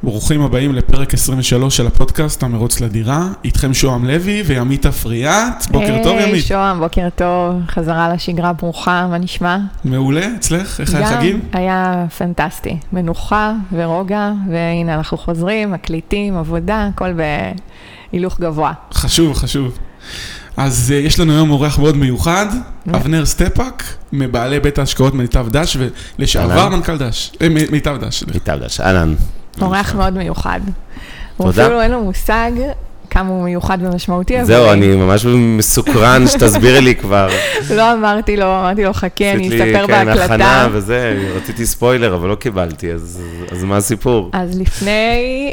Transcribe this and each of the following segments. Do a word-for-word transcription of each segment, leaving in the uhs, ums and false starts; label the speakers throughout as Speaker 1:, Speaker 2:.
Speaker 1: ברוכים הבאים לפרק עשרים ושלוש של הפודקאסט המרוץ לדירה. איתכם שוהם לוי וימית אפריאט. בוקר טוב ימית.
Speaker 2: היי שוהם, בוקר טוב. חזרה לשגרה ברוכה, מה נשמע?
Speaker 1: מעולה, אצלך? איך היה חגים?
Speaker 2: היה פנטסטי. מנוחה ורוגע, והנה אנחנו חוזרים, מקליטים, עבודה, הכל בהילוך גבוה.
Speaker 1: חשוב, חשוב. אז uh, יש לנו היום אורח מאוד מיוחד, אבנר סטפאק, מבעלי בית ההשקעות מיטב דש, ולשעבר מנכ"ל דש, אה, מיטב דש.
Speaker 3: מיטב דש, אהלן.
Speaker 2: אורח מאוד מיוחד.
Speaker 3: תודה.
Speaker 2: אפילו אין לו מושג כמה הוא מיוחד ומשמעותי.
Speaker 3: זהו, אני ממש מסוקרן שתסבירי לי כבר.
Speaker 2: לא אמרתי לו, אמרתי לו חכה, אני אספר בהקלטה.
Speaker 3: כן, הכנה וזה, רציתי ספוילר, אבל לא קיבלתי, אז מה הסיפור?
Speaker 2: אז לפני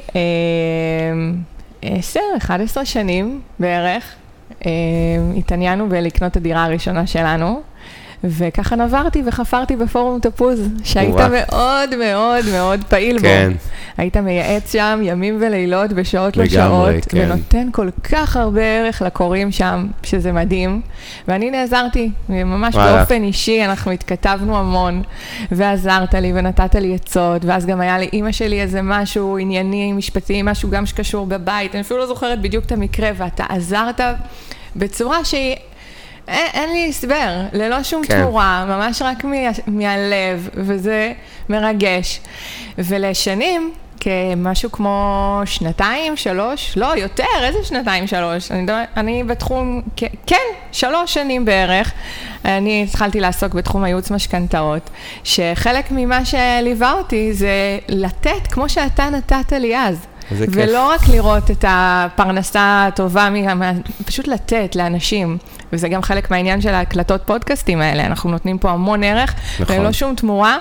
Speaker 2: עשר, אחת עשרה שנים בערך, התעניינו בלקנות הדירה הראשונה שלנו, וככה נברתי וחפרתי בפורום תפוז, שהיית מאוד מאוד מאוד פעיל בו. היית מייעץ שם ימים ולילות בשעות לא שעות, ונותן כל כך הרבה ערך לקוראים שם, שזה מדהים. ואני נעזרתי, ממש באופן אישי, אנחנו התכתבנו המון, ועזרת לי ונתת לי עצות, ואז גם היה לאמא שלי איזה משהו ענייני, משפטי, משהו גם שקשור בבית. אני אפילו לא זוכרת בדיוק את המקרה, ואתה עזרת בצורה שהיא... אין, אין לי הסבר, ללא שום כן. תמורה, ממש רק מה, מהלב, וזה מרגש. ולשנים, כמשהו כמו שנתיים, שלוש, לא, יותר, איזה שנתיים, שלוש? אני, אני בתחום, כן, שלוש שנים בערך, אני התחלתי לעסוק בתחום הייעוץ משכנתאות, שחלק ממה שליווה אותי זה לתת, כמו שאתה נתת לי אז. ולא רק לראות את הפרנסה הטובה, פשוט לתת לאנשים, וזה גם חלק מהעניין של ההקלטות פודקאסטים האלה, אנחנו נותנים פה המון ערך, ולא שום תמורה,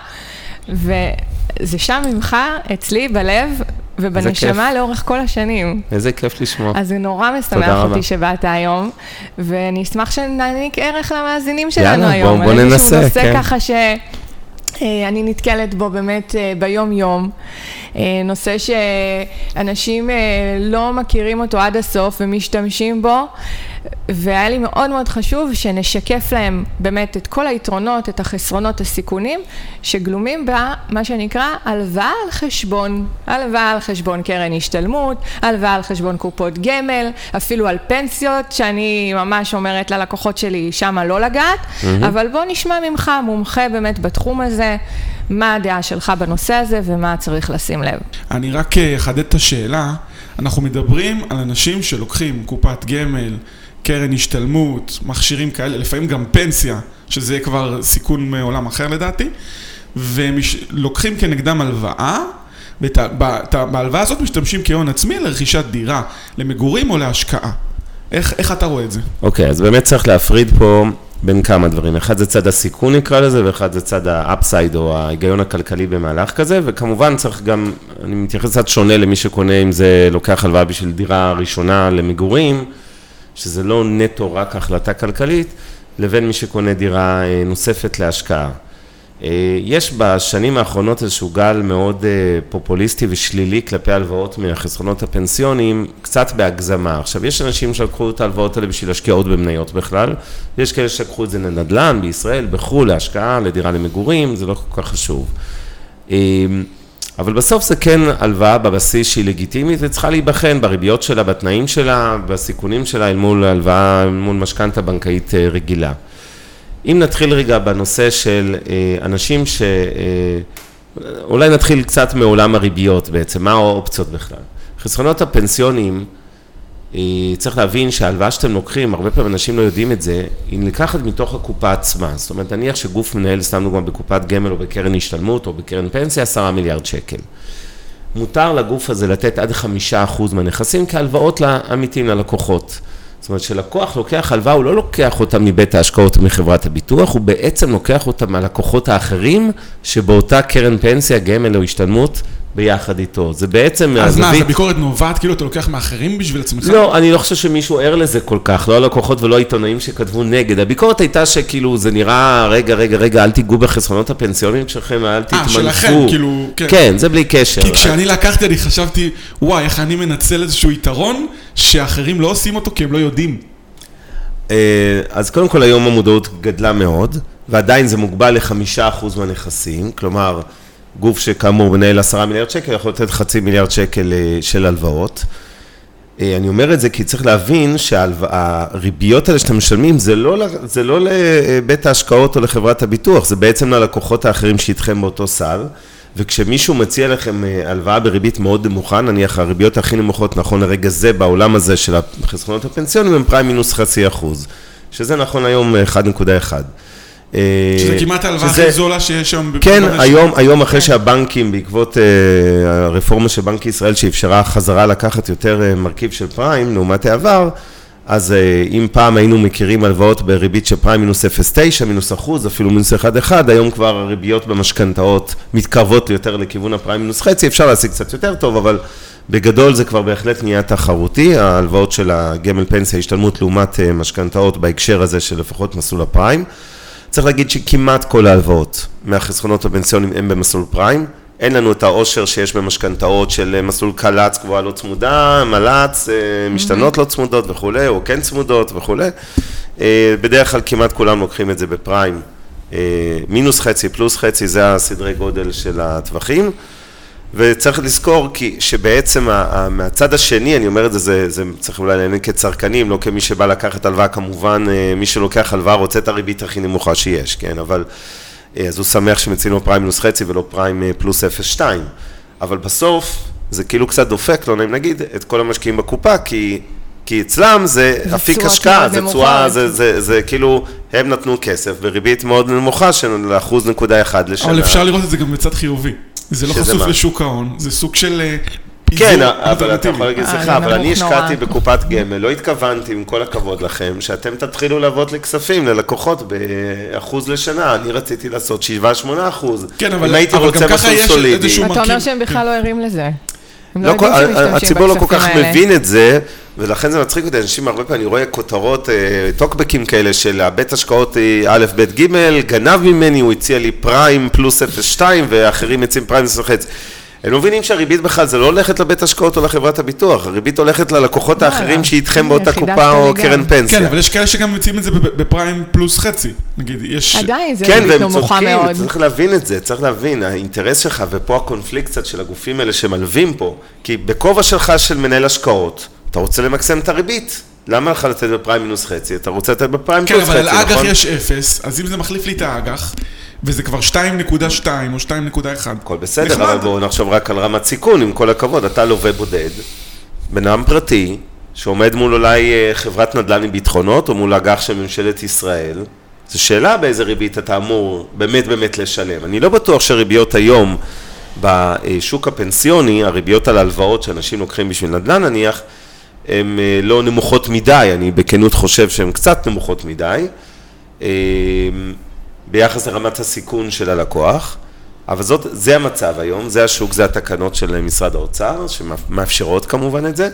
Speaker 2: וזה שם ממך, אצלי, בלב, ובנשמה לאורך כל השנים.
Speaker 3: איזה כיף לשמוע.
Speaker 2: אז זה נורא משמח אותי שבאת היום, ואני אשמח שנעניק ערך למאזינים שלנו היום.
Speaker 3: יאללה, בוא ננסה, כן.
Speaker 2: נושא ככה ש... אני נתקלת בו באמת ביום יום, נושא שאנשים לא מכירים אותו עד הסוף ומשתמשים בו, והיה לי מאוד מאוד חשוב שנשקף להם באמת את כל היתרונות, את החסרונות, הסיכונים, שגלומים בה מה שנקרא הלוואה על חשבון, הלוואה על חשבון קרן השתלמות, הלוואה על חשבון קופות גמל, אפילו על פנסיות, שאני ממש אומרת ללקוחות שלי שמה לא לגעת, mm-hmm. אבל בוא נשמע ממך, מומחה באמת בתחום הזה, מה הדעה שלך בנושא הזה ומה צריך לשים לב.
Speaker 1: אני רק אחדד את השאלה, אנחנו מדברים על אנשים שלוקחים קופת גמל, קרן השתלמות, מכשירים כאלה, לפעמים גם פנסיה, שזה כבר סיכון מעולם אחר לדעתי, ולוקחים כנגדם הלוואה, ובהלוואה הזאת משתמשים כהון עצמי לרכישת דירה, למגורים או להשקעה. איך, איך אתה רואה את זה?
Speaker 3: אוקיי, אז באמת צריך להפריד פה בין כמה דברים. אחד זה צד הסיכון נקרא לזה, ואחד זה צד האפסייד או ההיגיון הכלכלי במהלך כזה, וכמובן צריך גם, אני מתייחס קצת שונה למי שקונה אם זה לוקח הלוואה בשביל דירה ראשונה למגורים, שזה לא נטו רק החלטה כלכלית, לבין מי שקונה דירה נוספת להשקעה. יש בשנים האחרונות איזשהו גל מאוד פופוליסטי ושלילי כלפי הלוואות מהחסכונות הפנסיוניים, קצת בהגזמה. עכשיו, יש אנשים שלקחו את ההלוואות האלה בשביל להשקיע עוד במניות בכלל, יש כאלה שלקחו את זה לנדל"ן בישראל, בחו"ל, להשקעה, לדירה למגורים, זה לא כל כך חשוב. אבל בסוף זה כן הלוואה בבסיס שהיא לגיטימית, וצריכה להיבחן בריביות שלה, בתנאים שלה, בסיכונים שלה, אל מול הלוואה, אל מול משכנתא בנקאית רגילה. אם נתחיל רגע בנושא של אנשים ש... אולי נתחיל קצת מעולם הריביות בעצם, מה האופציות בכלל? חסכונות הפנסיונים, צריך להבין שההלוואה שאתם לוקחים, הרבה פעמים אנשים לא יודעים את זה, היא נלקחת מתוך הקופה עצמה. זאת אומרת, נניח שגוף מנהל, סתם דוגמה בקופת גמל או בקרן השתלמות או בקרן פנסיה, עשרה מיליארד שקל. מותר לגוף הזה לתת עד חמישה אחוז מהנכסים כהלוואות לעמיתים ללקוחות. זאת אומרת, שלקוח לוקח הלוואה, הוא לא לוקח אותה מבית ההשקעות מחברת הביטוח, הוא בעצם לוקח אותה מהלקוחות האחרים, שבאותה קרן פנסיה, גמל או השתלמות, ביחד איתו. זה בעצם...
Speaker 1: אז מה, אז הביקורת נובעת, כאילו אתה לוקח מאחרים בשביל עצמך?
Speaker 3: לא, אני לא חושב שמישהו ער לזה כל כך, לא הלקוחות ולא העיתונאים שכתבו נגד. הביקורת הייתה שכאילו זה נראה, רגע, רגע, רגע, אל תיגעו בחסכונות הפנסיוניים שלכם, אל תתמנפו. אה, שלכם, כאילו... כן. כן, זה בלי קשר.
Speaker 1: כי כשאני לקחתי, אני חשבתי, וואי, איך אני מנצל איזשהו יתרון, שאחרים לא עושים אותו כי הם לא יודעים.
Speaker 3: אז קודם כל היום המודעות גדלה מאוד, ועדיין זה מוגבל לחמישה אחוז מהנכסים, כלומר, גוף שכאמור מנהל עשרה מיליארד שקל, יכול לתת חצי מיליארד שקל של הלוואות. אני אומר את זה כי צריך להבין שהריביות האלה שאתם משלמים, זה לא, זה לא לבית ההשקעות או לחברת הביטוח, זה בעצם ללקוחות האחרים שאיתכם באותו סל, וכשמישהו מציע לכם הלוואה בריבית מאוד נמוכה, נניח הריביות הכי נמוכות נכון לרגע זה בעולם הזה של החסכונות הפנסיונים, הם פריים מינוס חצי אחוז, שזה נכון היום אחת נקודה אחת.
Speaker 1: שזה כמעט ההלוואה הכי זולה שיש היום.
Speaker 3: כן, היום, היום אחרי שהבנקים, בעקבות הרפורמה של בנק ישראל, שאפשרה חזרה לקחת יותר מרכיב של פריים, לעומת העבר, אז אם פעם היינו מכירים הלוואות בריבית של פריים מינוס אפס נקודה תשע, מינוס אחוז, אפילו מינוס אחת נקודה אחת, היום כבר הריביות במשכנתאות מתקרבות יותר לכיוון הפריים מינוס חצי, אפשר להשיג קצת יותר טוב, אבל בגדול זה כבר בהחלט נהיה תחרותי, ההלוואות של הגמל פנסיה השתלמות לעומת משכנתאות בהקשר הזה של לפחות מסלול הפריים. צריך להגיד שכמעט כל ההלוואות מהחסכונות הפנסיונים הם במסלול פריים, אין לנו את העושר שיש במשכנתאות של מסלול קלץ, קבועה לא צמודה, מלץ, משתנות לא צמודות וכו', או כן צמודות וכו'. בדרך כלל כמעט כולם לוקחים את זה בפריים. מינוס חצי, פלוס חצי, זה הסדרי גודל של הטווחים. וצריך לזכור כי שבעצם מהצד השני, אני אומר את זה, זה, זה צריך אולי לעניין כצרכנים, לא כמי שבא לקחת הלוואה, כמובן מי שלוקח הלוואה רוצה את הריבית הכי נמוכה שיש, כן, אבל אז הוא שמח שמציעים לו פריים מינוס חצי ולא פריים פלוס אפס נקודה שתיים, אבל בסוף זה כאילו קצת דופק, לא נעים נגיד, את כל המשקיעים בקופה, כי, כי אצלם זה אפיק השקעה, זה צועה, זה, זה, זה כאילו, הם נתנו כסף בריבית מאוד נמוכה של אחוז נקודה אחד לשנה.
Speaker 1: אבל אפשר לראות את זה גם בצד חיובי. זה לא חשוף לשוק ההון, זה סוג של פיזור.
Speaker 3: כן, אבל אתה יכול להגיד, סליחה, אבל אני השקעתי בקופת גמל, לא התכוונתי, עם כל הכבוד לכם, שאתם תתחילו לעבוד לכספים, ללקוחות באחוז לשנה, אני רציתי לעשות שבעה שמונה אחוז.
Speaker 1: כן, אבל גם ככה יש איזשהו מרכיב.
Speaker 2: אתה אומר שהם בכלל לא ערים לזה.
Speaker 3: הציבור לא כל כך מבין את זה, ולכן זה מצחיק אותי, אנשים הרבה פעמים, אני רואה כותרות, טוקבקים כאלה של בית השקעות א' ב' ג', גנב ממני, הוא הציע לי פריים פלוס אפס נקודה שתיים, ואחרים מציעים פריים אפס נקודה חמש. הם לא מבינים שהריבית בכלל זה לא הולכת לבית השקעות או לחברת הביטוח, הריבית הולכת ללקוחות האחרים שאיתכם באותה קופה או קרן פנסיה.
Speaker 1: כן, אבל יש כאלה שגם מציעים את זה בפריים פלוס חצי, נגיד, יש...
Speaker 2: עדיין, זה ריבית נמוכה מאוד.
Speaker 3: כן, צריך להבין את זה, צריך להבין, האינטרס שלך, ופה הקונפליקט קצת של הגופים האלה שמלווים פה, כי בכובע שלך של מנהל השקעות, אתה רוצה למקסם את הריבית. למה לך לתת בפריים מינוס חצי? אתה רוצה לתת בפריים פלוס חצי,
Speaker 1: נכון? כן, אבל על אג"ח יש אפס, אז אם זה מחליף לי את האג"ח, וזה כבר שתיים נקודה שתיים או שתיים נקודה אחת.
Speaker 3: הכל בסדר, אבל בואו נחשוב רק על רמת סיכון, עם כל הכבוד. אתה לווה בודד, בן אדם פרטי, שעומד מול אולי חברת נדל"ן עם ביטחונות, או מול אג"ח של ממשלת ישראל. זו שאלה באיזה ריבית אתה אמור באמת באמת לשלם. אני לא בטוח שהריביות היום בשוק הפנסיוני, הריביות על הלוואות שאנשים לוקחים בשביל נדל"ן נניח, הן לא נמוכות מדי, אני בכנות חושב שהן קצת נמוכות מדי, ביחס לרמת הסיכון של הלקוח, אבל זאת, זה המצב היום, זה השוק, זה התקנות של משרד האוצר, שמאפשרות כמובן את זה,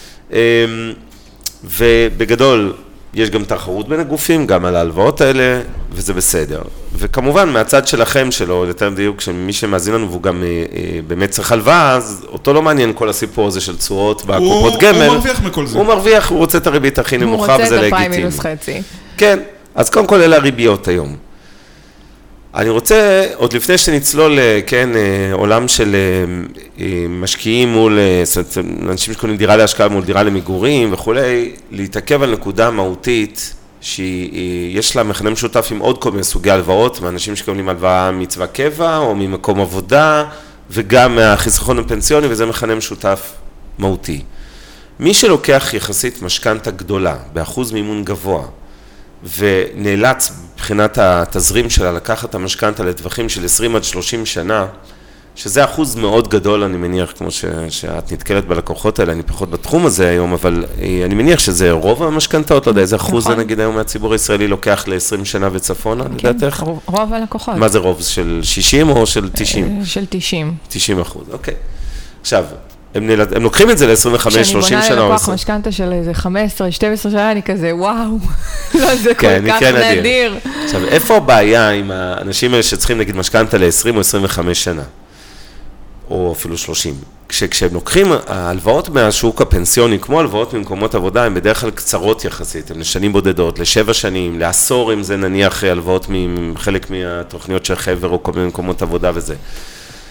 Speaker 3: ובגדול יש גם תחרות בין הגופים, גם על ההלוואות האלה, וזה בסדר. וכמובן מהצד שלכם שלו, יותר דיוק, שמי שמאזין לנו והוא גם באמת צריך הלוואה, אז אותו לא מעניין כל הסיפור הזה של צורות והקופות גמל.
Speaker 1: הוא מרוויח מכל זה.
Speaker 3: הוא מרוויח, הוא רוצה את הריבית הכי נמוכה, וזה לגיטימי.
Speaker 2: הוא רוצה את הפריים מינוס חצי.
Speaker 3: כן, אז קודם כל אלה הריביות היום. אני רוצה, עוד לפני שנצלול, כן, עולם של משקיעים מול, אנשים שקונים דירה להשקעה מול דירה למגורים וכולי, להתעכב על נקודה מהותית, שיש לה מכנה משותף עם עוד כל מיני סוגי הלוואות, מאנשים שקונים הלוואה מצבא קבע או ממקום עבודה, וגם מהחיסכון הפנסיוני, וזה מכנה משותף מהותי. מי שלוקח יחסית משכנתה גדולה, באחוז מימון גבוה, ונאלץ מבחינת התזרים שלה לקחת המשכנתה לטווחים של עשרים עד שלושים שנה, שזה אחוז מאוד גדול, אני מניח, כמו ש, שאת נתקלת בלקוחות האלה, אני פחות בתחום הזה היום, אבל אני מניח שזה רוב המשכנתאות, לא יודע, איזה אחוז זה נגיד היום מהציבור הישראלי לוקח ל-עשרים שנה וצפונה, לדעתך?
Speaker 2: כן, רוב הלקוחות.
Speaker 3: מה זה רוב? של שישים או של תשעים?
Speaker 2: של תשעים.
Speaker 3: תשעים אחוז, אוקיי. עכשיו, הם, נל... הם לוקחים את זה ל-עשרים וחמש שלושים שנה.
Speaker 2: כשאני בונה ללקוח משכנתה של איזה חמש עשרה שתים עשרה שנה, אני כזה, וואו, לא, זה כל כך נדיר.
Speaker 3: עכשיו, איפה הבעיה עם האנשים האלה שצריכים נגיד משכנתה ל-עשרים או עשרים וחמש שנה? או אפילו שלושים. כש, כשהם לוקחים ההלוואות מהשוק הפנסיוני, כמו הלוואות ממקומות עבודה, הן בדרך כלל קצרות יחסית, הן לשנים בודדות, לשבע שנים, לעשור, אם זה נניח הלוואות מחלק מהתוכניות של חבר או כל מיני מקומות עבודה וזה.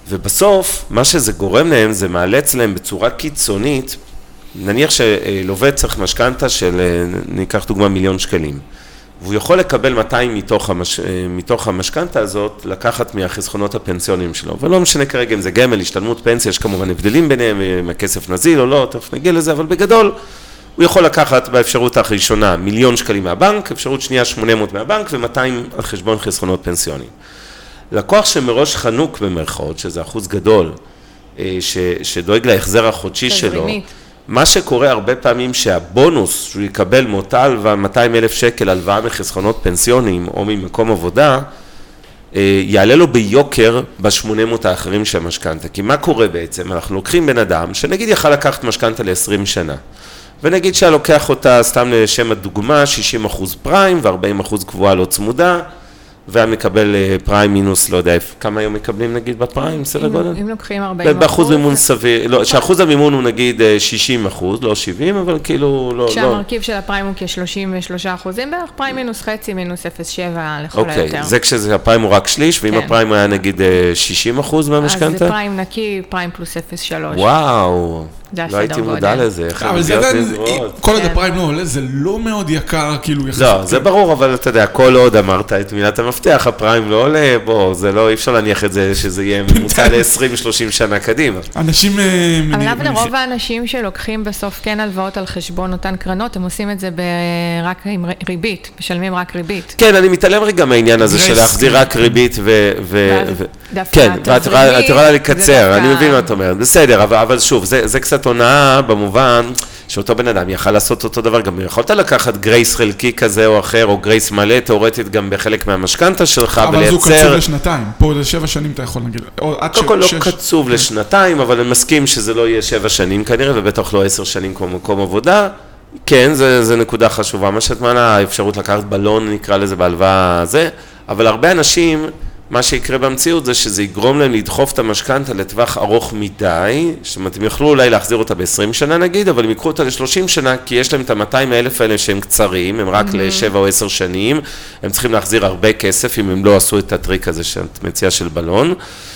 Speaker 3: ובסוף, מה שזה גורם להם, זה מאלץ להם בצורה קיצונית, נניח שלובד צריך משכנתה של, ניקח דוגמה, מיליון שקלים. והוא יכול לקבל מאתיים מתוך, המש... מתוך המשכנתה הזאת, לקחת מהחסכונות הפנסיוניים שלו. ולא משנה כרגע אם זה גמל, השתלמות, פנסיה, יש כמובן הבדלים ביניהם, אם הכסף נזיל או לא, תכף נגיע לזה, אבל בגדול, הוא יכול לקחת באפשרות הראשונה מיליון שקלים מהבנק, אפשרות שנייה שמונה מאות מהבנק, ו-מאתיים על חשבון חסכונות פנסיוניים. לקוח שמראש חנוק במרכאות, שזה אחוז גדול, ש... שדואג להחזר החודשי שלו, מה שקורה הרבה פעמים שהבונוס שהוא יקבל מאותה הלוואה מאתיים אלף שקל הלוואה מחסכונות פנסיוניים או ממקום עבודה, יעלה לו ביוקר ב-שמונה מאות האחרים של המשכנתה. כי מה קורה בעצם? אנחנו לוקחים בן אדם שנגיד יכל לקחת משכנתה ל-עשרים שנה, ונגיד שהלוקח אותה סתם לשם הדוגמה, שישים אחוז פריים ו-ארבעים אחוז קבועה לא צמודה, והיה מקבל פריים מינוס, לא יודע, כמה היום מקבלים נגיד בפריים, סדר גודל?
Speaker 2: אם לוקחים ארבעים אחוז.
Speaker 3: באחוז מימון סביר, לא, שאחוז המימון הוא נגיד שישים אחוז, לא שבעים, אבל כאילו לא...
Speaker 2: כשהמרכיב של הפריים הוא כ-שלושים ושלושה אחוזים בערך, פריים מינוס חצי, מינוס אפס נקודה שבע לכל היותר.
Speaker 3: אוקיי, זה כשהפריים הוא רק שליש, ואם הפריים היה נגיד שישים אחוז מהמשכנתה?
Speaker 2: אז זה פריים נקי, פריים פלוס אפס נקודה שלוש.
Speaker 3: וואו. לא הייתי מודע לזה.
Speaker 1: אבל זה עדיין, כל עוד הפריים לא עולה, זה לא מאוד יקר, כאילו יחסית.
Speaker 3: לא, זה ברור, אבל אתה יודע, כל עוד אמרת את מילת המפתח, הפריים לא עולה, בוא, זה לא, אי אפשר להניח את זה, שזה יהיה ממוצע ל-עשרים שלושים שנה קדימה.
Speaker 1: אנשים...
Speaker 2: אבל לרוב האנשים שלוקחים בסוף כן הלוואות על חשבון אותן קרנות, הם עושים את זה רק עם ריבית, משלמים רק ריבית.
Speaker 3: כן, אני מתעלם רגע מהעניין הזה של להחזיר רק ריבית ו... כן, ואת יכולה לקצר, אני מבין מה את אומרת, בסדר, אבל שוב, זה קצת הונאה במובן שאותו בן אדם יכל לעשות אותו דבר, גם יכולת לקחת גרייס חלקי כזה או אחר, או גרייס מלא, תיאורטית גם בחלק מהמשכנתה שלך,
Speaker 1: אבל ולייצר... אבל זו קצוב לשנתיים, פה לשבע שנים אתה יכול להגיד,
Speaker 3: קודם כל לא קצוב לשנתיים, אבל אני מסכים שזה לא יהיה שבע שנים כנראה, ובטח לא עשר שנים כמו מקום עבודה, כן, זה, זה נקודה חשובה, מה שאת מעלה, האפשרות לקחת בלון, נקרא לזה בהלוואה הזה, אבל הרבה אנשים, מה שיקרה במציאות זה שזה יגרום להם לדחוף את המשכנתה לטווח ארוך מדי, זאת אומרת, הם יוכלו אולי להחזיר אותה ב-עשרים שנה נגיד, אבל הם יקחו אותה ל-שלושים שנה, כי יש להם את ה-מאתיים אלף האלה שהם קצרים, הם רק mm-hmm. ל-שבע או עשר שנים, הם צריכים להחזיר הרבה כסף אם הם לא עשו את הטריק הזה שאת מציעה של בלון,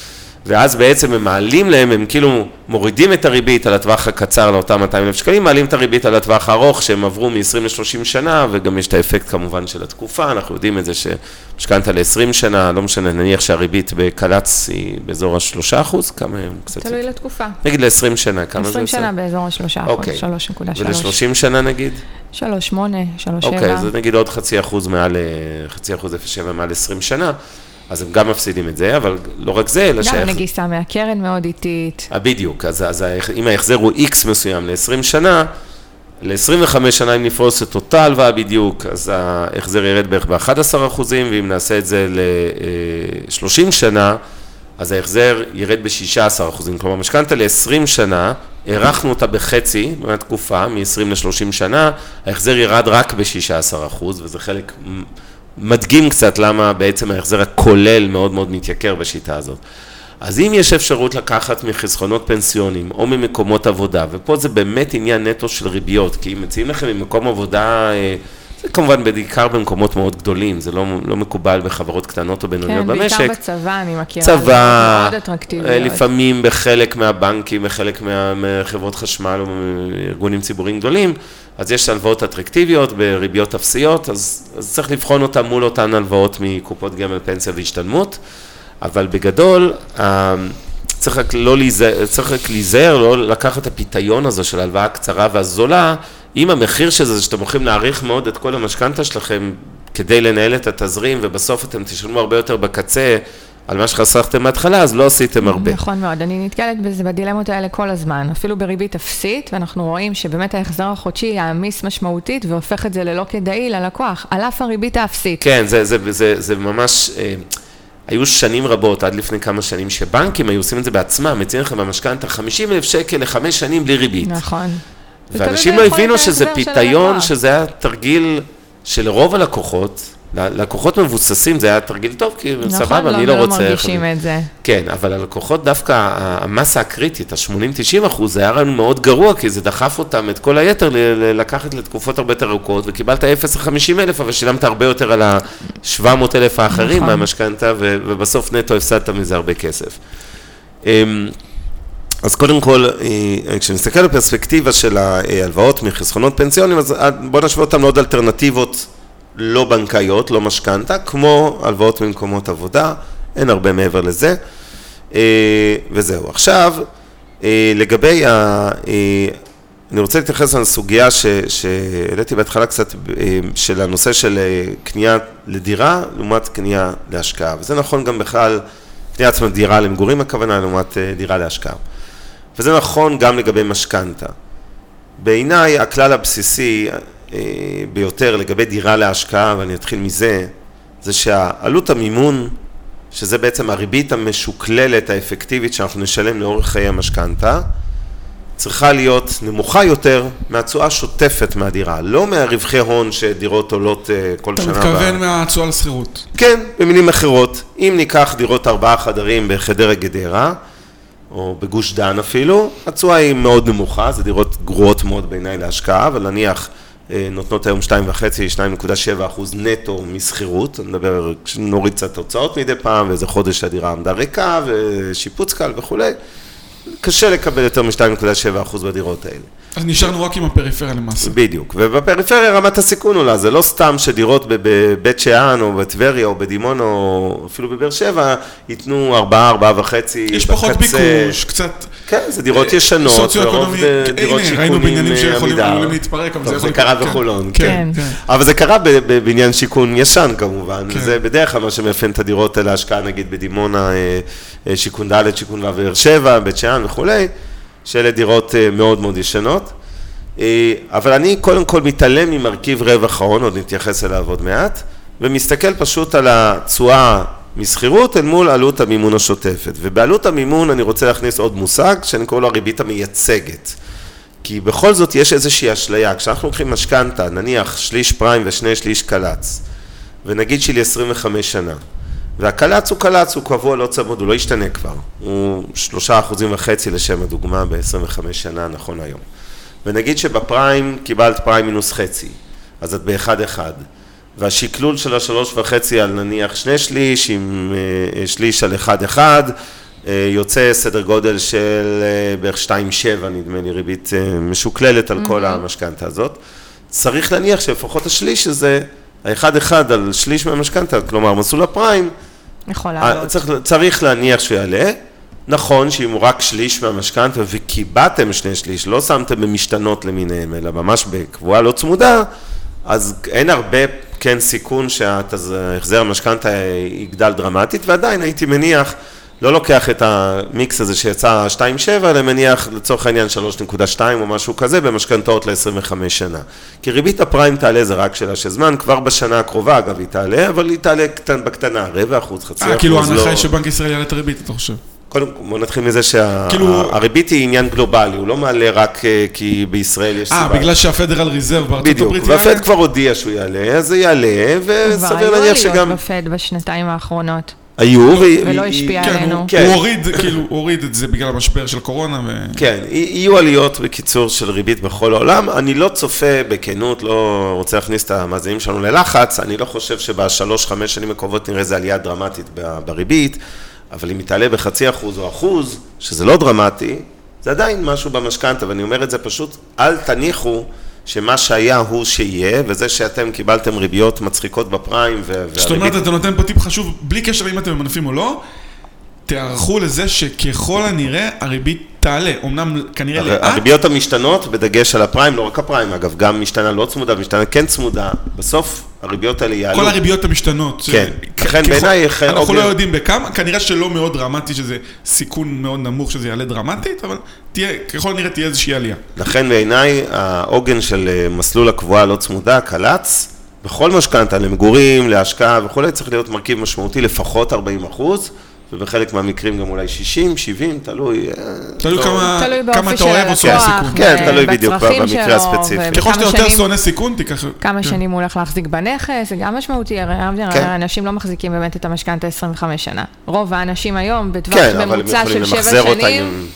Speaker 3: ואז בעצם הם מעלים להם, הם כאילו מורידים את הריבית על הטווח הקצר לאותם מאתיים אלף שקלים, מעלים את הריבית על הטווח הארוך שהם עברו מ-עשרים ל-שלושים שנה, וגם יש את האפקט כמובן של התקופה, אנחנו יודעים את זה שמשכנתה ל-עשרים שנה, לא משנה, נניח שהריבית בקלץ היא באזור ה-שלושה אחוז, כמה הם קצת...
Speaker 2: תלוי לתקופה.
Speaker 3: נגיד ל-עשרים שנה, כמה זה עושה?
Speaker 2: עשרים שנה באזור ה-שלושה אחוז, שלוש נקודה שלוש.
Speaker 3: ול-שלושים שנה נגיד?
Speaker 2: שלוש שמונה, שלוש שבע.
Speaker 3: אוקיי, זה נגיד עוד חצי אחוז מעל, חצי אחוז אפס שבע מעל עשרים שנה. אז הם גם מפסידים את זה, אבל לא רק זה, אלא
Speaker 2: גם נגיסה מהקרן מאוד איטית.
Speaker 3: בדיוק, אז, אז אם ההחזר הוא X מסוים ל-עשרים שנה, ל-עשרים וחמש שנה אם נפרוס את אותה הלוואה בדיוק, אז ההחזר ירד בערך ב-אחד עשר אחוזים, ואם נעשה את זה ל-שלושים שנה, אז ההחזר ירד ב-שישה עשר אחוזים. כלומר, משכנתה ל-עשרים שנה, הערכנו אותה בחצי מהתקופה, מ-עשרים ל-שלושים שנה, ההחזר ירד רק ב-שישה עשר אחוז, וזה חלק... מדגים קצת למה בעצם ההחזר הכולל מאוד מאוד מתייקר בשיטה הזאת. אז אם יש אפשרות לקחת מחסכונות פנסיונים או ממקומות עבודה, ופה זה באמת עניין נטו של ריביות, כי אם מציעים לכם ממקום עבודה, זה כמובן בעיקר במקומות מאוד גדולים, זה לא, לא מקובל בחברות קטנות או בינוניות
Speaker 2: כן,
Speaker 3: במשק.
Speaker 2: כן, בעיקר בצבא אני מכירה.
Speaker 3: צבא,
Speaker 2: מאוד אטרקטיביות.
Speaker 3: לפעמים בחלק מהבנקים, בחלק מחברות חשמל או מארגונים ציבוריים גדולים, אז יש הלוואות אטרקטיביות בריביות אפסיות, אז, אז צריך לבחון אותן מול אותן הלוואות מקופות גמל, פנסיה והשתלמות, אבל בגדול, צריך רק לא להיזהר, צריך רק להיזהר, לא לקחת את הפיתיון הזה של הלוואה הקצרה והזולה, אם המחיר של זה, שאתם הולכים להעריך מאוד את כל המשכנתה שלכם, כדי לנהל את התזרים, ובסוף אתם תשלמו הרבה יותר בקצה, על מה שחסכתם מההתחלה, אז לא עשיתם הרבה.
Speaker 2: נכון מאוד, אני נתקלת בזה, בדילמות האלה כל הזמן, אפילו בריבית אפסית, ואנחנו רואים שבאמת ההחזר החודשי יעמיס משמעותית, והופך את זה ללא כדאי ללקוח, על אף הריבית האפסית.
Speaker 3: כן, זה, זה, זה, זה ממש, אה, היו שנים רבות, עד לפני כמה שנים, שבנקים היו עושים את זה בעצמם, מציעים לכם במשכנתה חמישים אלף שקל לחמש שנים בלי ריבית.
Speaker 2: נכון.
Speaker 3: ואנשים לא הבינו שזה פיתיון, שזה היה תרגיל של רוב הלקוחות, לקוחות מבוססים, זה היה תרגיל טוב, כי סבבה, אני לא רוצה...
Speaker 2: נכון, לא מרגישים את זה.
Speaker 3: כן, אבל הלקוחות דווקא, המסה הקריטית, ה-שמונים תשעים אחוז, זה היה רעיון מאוד גרוע, כי זה דחף אותם את כל היתר לקחת לתקופות הרבה יותר ארוכות, וקיבלת אפס עד חמישים אלף, אבל שילמת הרבה יותר על ה-שבע מאות אלף האחרים מהמשכנתה, ובסוף נטו הפסדת מזה הרבה כסף. אז קודם כל, כשנסתכל בפרספקטיבה של ההלוואות מחסכונות פנסיונים, אז בוא נשווה אותם לעוד אלטרנטיבות לא בנקאיות, לא משכנתא, כמו הלוואות ממקומות עבודה, אין הרבה מעבר לזה, וזהו. עכשיו, לגבי ה... אני רוצה להתייחס לסוגיה שהעליתי בהתחלה קצת של הנושא של קנייה לדירה לעומת קנייה להשקעה, וזה נכון גם בכלל קניית דירה למגורים הכוונה לעומת דירה להשקעה. וזה נכון גם לגבי משכנתא. בעיניי הכלל הבסיסי ביותר לגבי דירה להשקעה, ואני אתחיל מזה, זה שהעלות המימון, שזה בעצם הריבית המשוקללת האפקטיבית שאנחנו נשלם לאורך חיי המשכנתא, צריכה להיות נמוכה יותר מהתשואה שוטפת מהדירה, לא מהרווחי הון שדירות עולות כל שנה.
Speaker 1: אתה מתכוון מהתשואה לשכירות.
Speaker 3: כן, במילים אחרות. אם ניקח דירות ארבעה חדרים בחדרה גדרה, או בגוש דן אפילו, התשואה היא מאוד נמוכה, זה דירות גרועות מאוד בעיניי להשקעה, אבל נניח נותנות היום שתיים וחצי, שתיים נקודה שבע אחוז נטו מסחירות, אני מדבר, נוריד קצת הוצאות מדי פעם, ואיזה חודש הדירה עמדה ריקה, ושיפוץ קל וכולי. קשה לקבל יותר מ-שתיים נקודה שבע אחוז בדירות האלה.
Speaker 1: אז נשארנו רק עם הפריפריה למעשה.
Speaker 3: בדיוק, ובפריפריה רמת הסיכון עולה, זה לא סתם שדירות בבית שאן או בטבריה או בדימון או אפילו בבאר שבע ייתנו ארבעה, ארבעה וחצי.
Speaker 1: יש פחות ביקוש, קצת...
Speaker 3: כן, זה דירות ישנות,
Speaker 1: סוציו-אקונומי, הנה, ראינו בניינים שיכולים להתפרק, אבל
Speaker 3: זה קרה בחולון, כן. אבל זה קרה בבניין שיכון ישן כמובן, זה בדרך כלל מה שמאפיין את הדירות האלה, השקעה נגיד בדימונה, שיכון ד', שיכון ובאר שבע, בית שאן וכולי, שאלה דירות מאוד מאוד ישנות, אבל אני קודם כל מתעלם ממרכיב רווח ההון, עוד נתייחס אליו עוד מעט, ומסתכל פשוט על התשואה מסחירות אל מול עלות המימון השוטפת. ובעלות המימון אני רוצה להכניס עוד מושג שאני קורא לו הריבית המייצגת. כי בכל זאת יש איזושהי אשליה. כשאנחנו לוקחים משכנתא, נניח שליש פריים ושני שליש קלץ, ונגיד שלי עשרים וחמש שנה, והקלץ הוא קלץ, הוא קבוע לא צמוד, הוא לא ישתנה כבר. הוא שלושה אחוזים וחצי לשם הדוגמה ב-עשרים וחמש שנה נכון היום. ונגיד שבפריים קיבלת פריים מינוס חצי, אז את באחד אחד. והשקלול של השלוש וחצי על נניח שני שליש, עם שליש על אחד אחד, יוצא סדר גודל של בערך שתיים שבע, נדמה לי, ריבית משוקללת על כל המשכנתא הזאת. צריך להניח שלפחות השליש הזה, האחד אחד על שליש מהמשכנתא, כלומר מסלול הפריים,
Speaker 2: יכול לעלות.
Speaker 3: צריך, צריך להניח שהוא יעלה. נכון שאם הוא רק שליש מהמשכנתא וקיבלתם שני שליש, לא שמתם במשתנות למיניהם, אלא ממש בקבועה לא צמודה, אז אין הרבה כן סיכון שההחזר המשכנתא יגדל דרמטית, ועדיין הייתי מניח, לא לוקח את המיקס הזה שיצא שתיים שבע, אלא מניח לצורך העניין שלוש נקודה שתיים או משהו כזה במשכנתאות ל-עשרים וחמש שנה. כי ריבית הפריים תעלה זה רק שאלה של זמן, כבר בשנה הקרובה אגב היא תעלה, אבל היא תעלה קטן בקטנה, רבע אחוז, חצי אחוז.
Speaker 1: כאילו ההנחה היא שבנק ישראל יעלה את הריבית, אתה חושב?
Speaker 3: קודם, בוא נתחיל מזה שהריבית היא עניין גלובלי, הוא לא מעלה רק כי בישראל יש סיבה.
Speaker 1: אה, בגלל שהפדרל ריזרב בארצות הברית יעלה?
Speaker 3: בדיוק, והפד כבר הודיע שהוא יעלה, אז זה יעלה, וסביר להניח שגם...
Speaker 2: כבר היו בפד בשנתיים האחרונות.
Speaker 3: היו,
Speaker 2: ולא השפיע עלינו.
Speaker 1: הוא הוריד, כאילו, הוא הוריד את זה בגלל המשבר של קורונה.
Speaker 3: כן, יהיו עליות בקיצור של ריבית בכל העולם. אני לא צופה בכנות, לא רוצה להכניס את המאזינים שלנו ללחץ, אני לא חושב שבשלוש, חמש שנים הקרובות נראה איזו עלייה דרמטית בריבית, אבל אם מתעלה בחצי אחוז או אחוז, שזה לא דרמטי, זה עדיין משהו במשכנתא, ואני אומר את זה פשוט, אל תניחו שמה שהיה הוא שיהיה, וזה שאתם קיבלתם ריביות מצחיקות בפריים,
Speaker 1: זאת אומרת, אתה נותן פה טיפ חשוב, בלי קשר אם אתם ממנפים או לא, תערכו לזה שככל הנראה הריבית תעלה, אמנם כנראה לאט.
Speaker 3: הריביות המשתנות, בדגש על הפריים, לא רק הפריים, אגב, גם משתנה לא צמודה, משתנה כן צמודה, בסוף הריביות האלה יעלו.
Speaker 1: כל הריביות המשתנות.
Speaker 3: כן, לכן בעיניי...
Speaker 1: אנחנו לא יודעים בכמה, כנראה שלא מאוד דרמטי, שזה סיכון מאוד נמוך שזה יעלה דרמטית, אבל ככל הנראה תהיה איזושהי עלייה.
Speaker 3: לכן בעיניי, העוגן של מסלול הקבועה לא צמודה, קלץ, בכל משכנתא, למגורים, להשקעה וכו', צריך להיות מרכיב משמעותי לפחות ארבעים אחוז, ובחלק מהמקרים גם אולי שישים, שבעים, תלוי...
Speaker 1: תלוי כמה אתה אוהב או שונא סיכון.
Speaker 3: כן, תלוי בדיוק במקרה הספציפי.
Speaker 1: ככל שאתה יותר שונא סיכון, תיקח...
Speaker 2: כמה שנים הוא הולך להחזיק בנכס, זה גם משמעותי, האנשים לא מחזיקים באמת את המשכנתא עשרים וחמש שנה. רוב האנשים היום, בטווח ממוצע של שבע שנים,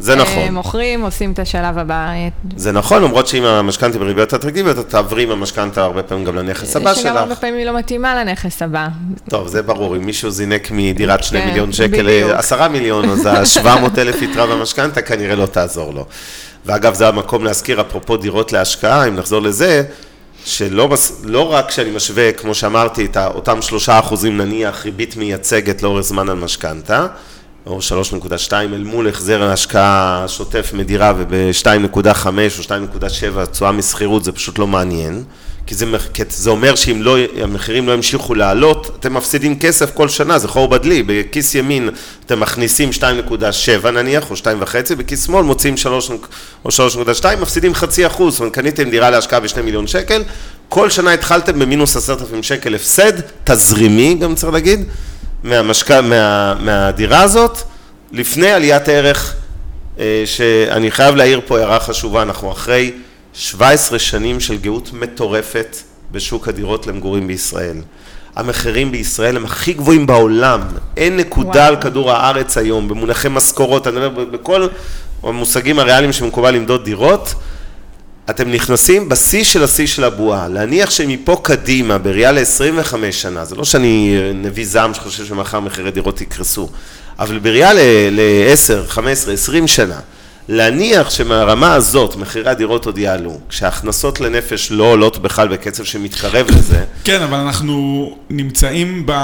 Speaker 3: זה נכון.
Speaker 2: מוכרים, עושים את השלב הבא.
Speaker 3: זה נכון, למרות שאם המשכנתה בריביות אטרקטיביות, אתה תעברי עם המשכנתה הרבה פעמים גם לנכס הבא שלך.
Speaker 2: שגם הרבה פעמים היא לא מתאימה לנכס הבא.
Speaker 3: טוב, זה ברור, אם מישהו זינק מדירת שני מיליון שקל לעשרה מיליון, אז ה-שבע מאות אלף יתרה במשכנתה כנראה לא תעזור לו. ואגב, זה המקום להזכיר, אפרופו דירות להשקעה, אם נחזור לזה, שלא לא רק שאני משווה, כמו שאמרתי, את אותם שלושה אחוזים נניח ריבית מייצגת לאורך זמן על משכנתה, או שלוש נקודה שתיים אל מול החזר ההשקעה שוטף מדירה וב-שתיים נקודה חמש או שתיים נקודה שבע תשואה מסחירות, זה פשוט לא מעניין, כי זה, זה אומר שאם לא, המחירים לא המשיכו לעלות, אתם מפסידים כסף כל שנה, זה חור בדלי, בכיס ימין אתם מכניסים שתיים נקודה שבע נניח, או שתיים וחצי, בכיס שמאל מוצאים שלוש או שלוש נקודה שתיים, מפסידים חצי אחוז, זאת אומרת, קניתם דירה להשקעה בשני מיליון שקל, כל שנה התחלתם במינוס עשרת אלפים שקל הפסד, תזרימי גם צריך להגיד, מהמשקע, מה, מהדירה הזאת, לפני עליית הערך, שאני חייב להעיר פה הערה חשובה, אנחנו אחרי שבע עשרה שנים של גאות מטורפת בשוק הדירות למגורים בישראל. המחירים בישראל הם הכי גבוהים בעולם, אין נקודה וואו. על כדור הארץ היום, במונחי משכורות, אני אומר, בכל המושגים הריאליים שמקובל למדוד דירות, אתם נכנסים בשיא של השיא של הבועה, להניח שמפה קדימה, בריאה ל-עשרים וחמש שנה, זה לא שאני נביא זעם שחושב שמחר מחירי דירות יקרסו, אבל בריאה ל-עשר, חמש עשרה, עשרים שנה, להניח שמהרמה הזאת מחירי הדירות עוד יעלו, כשההכנסות לנפש לא עולות בכלל בקצב שמתקרב לזה.
Speaker 1: כן, אבל אנחנו נמצאים ב...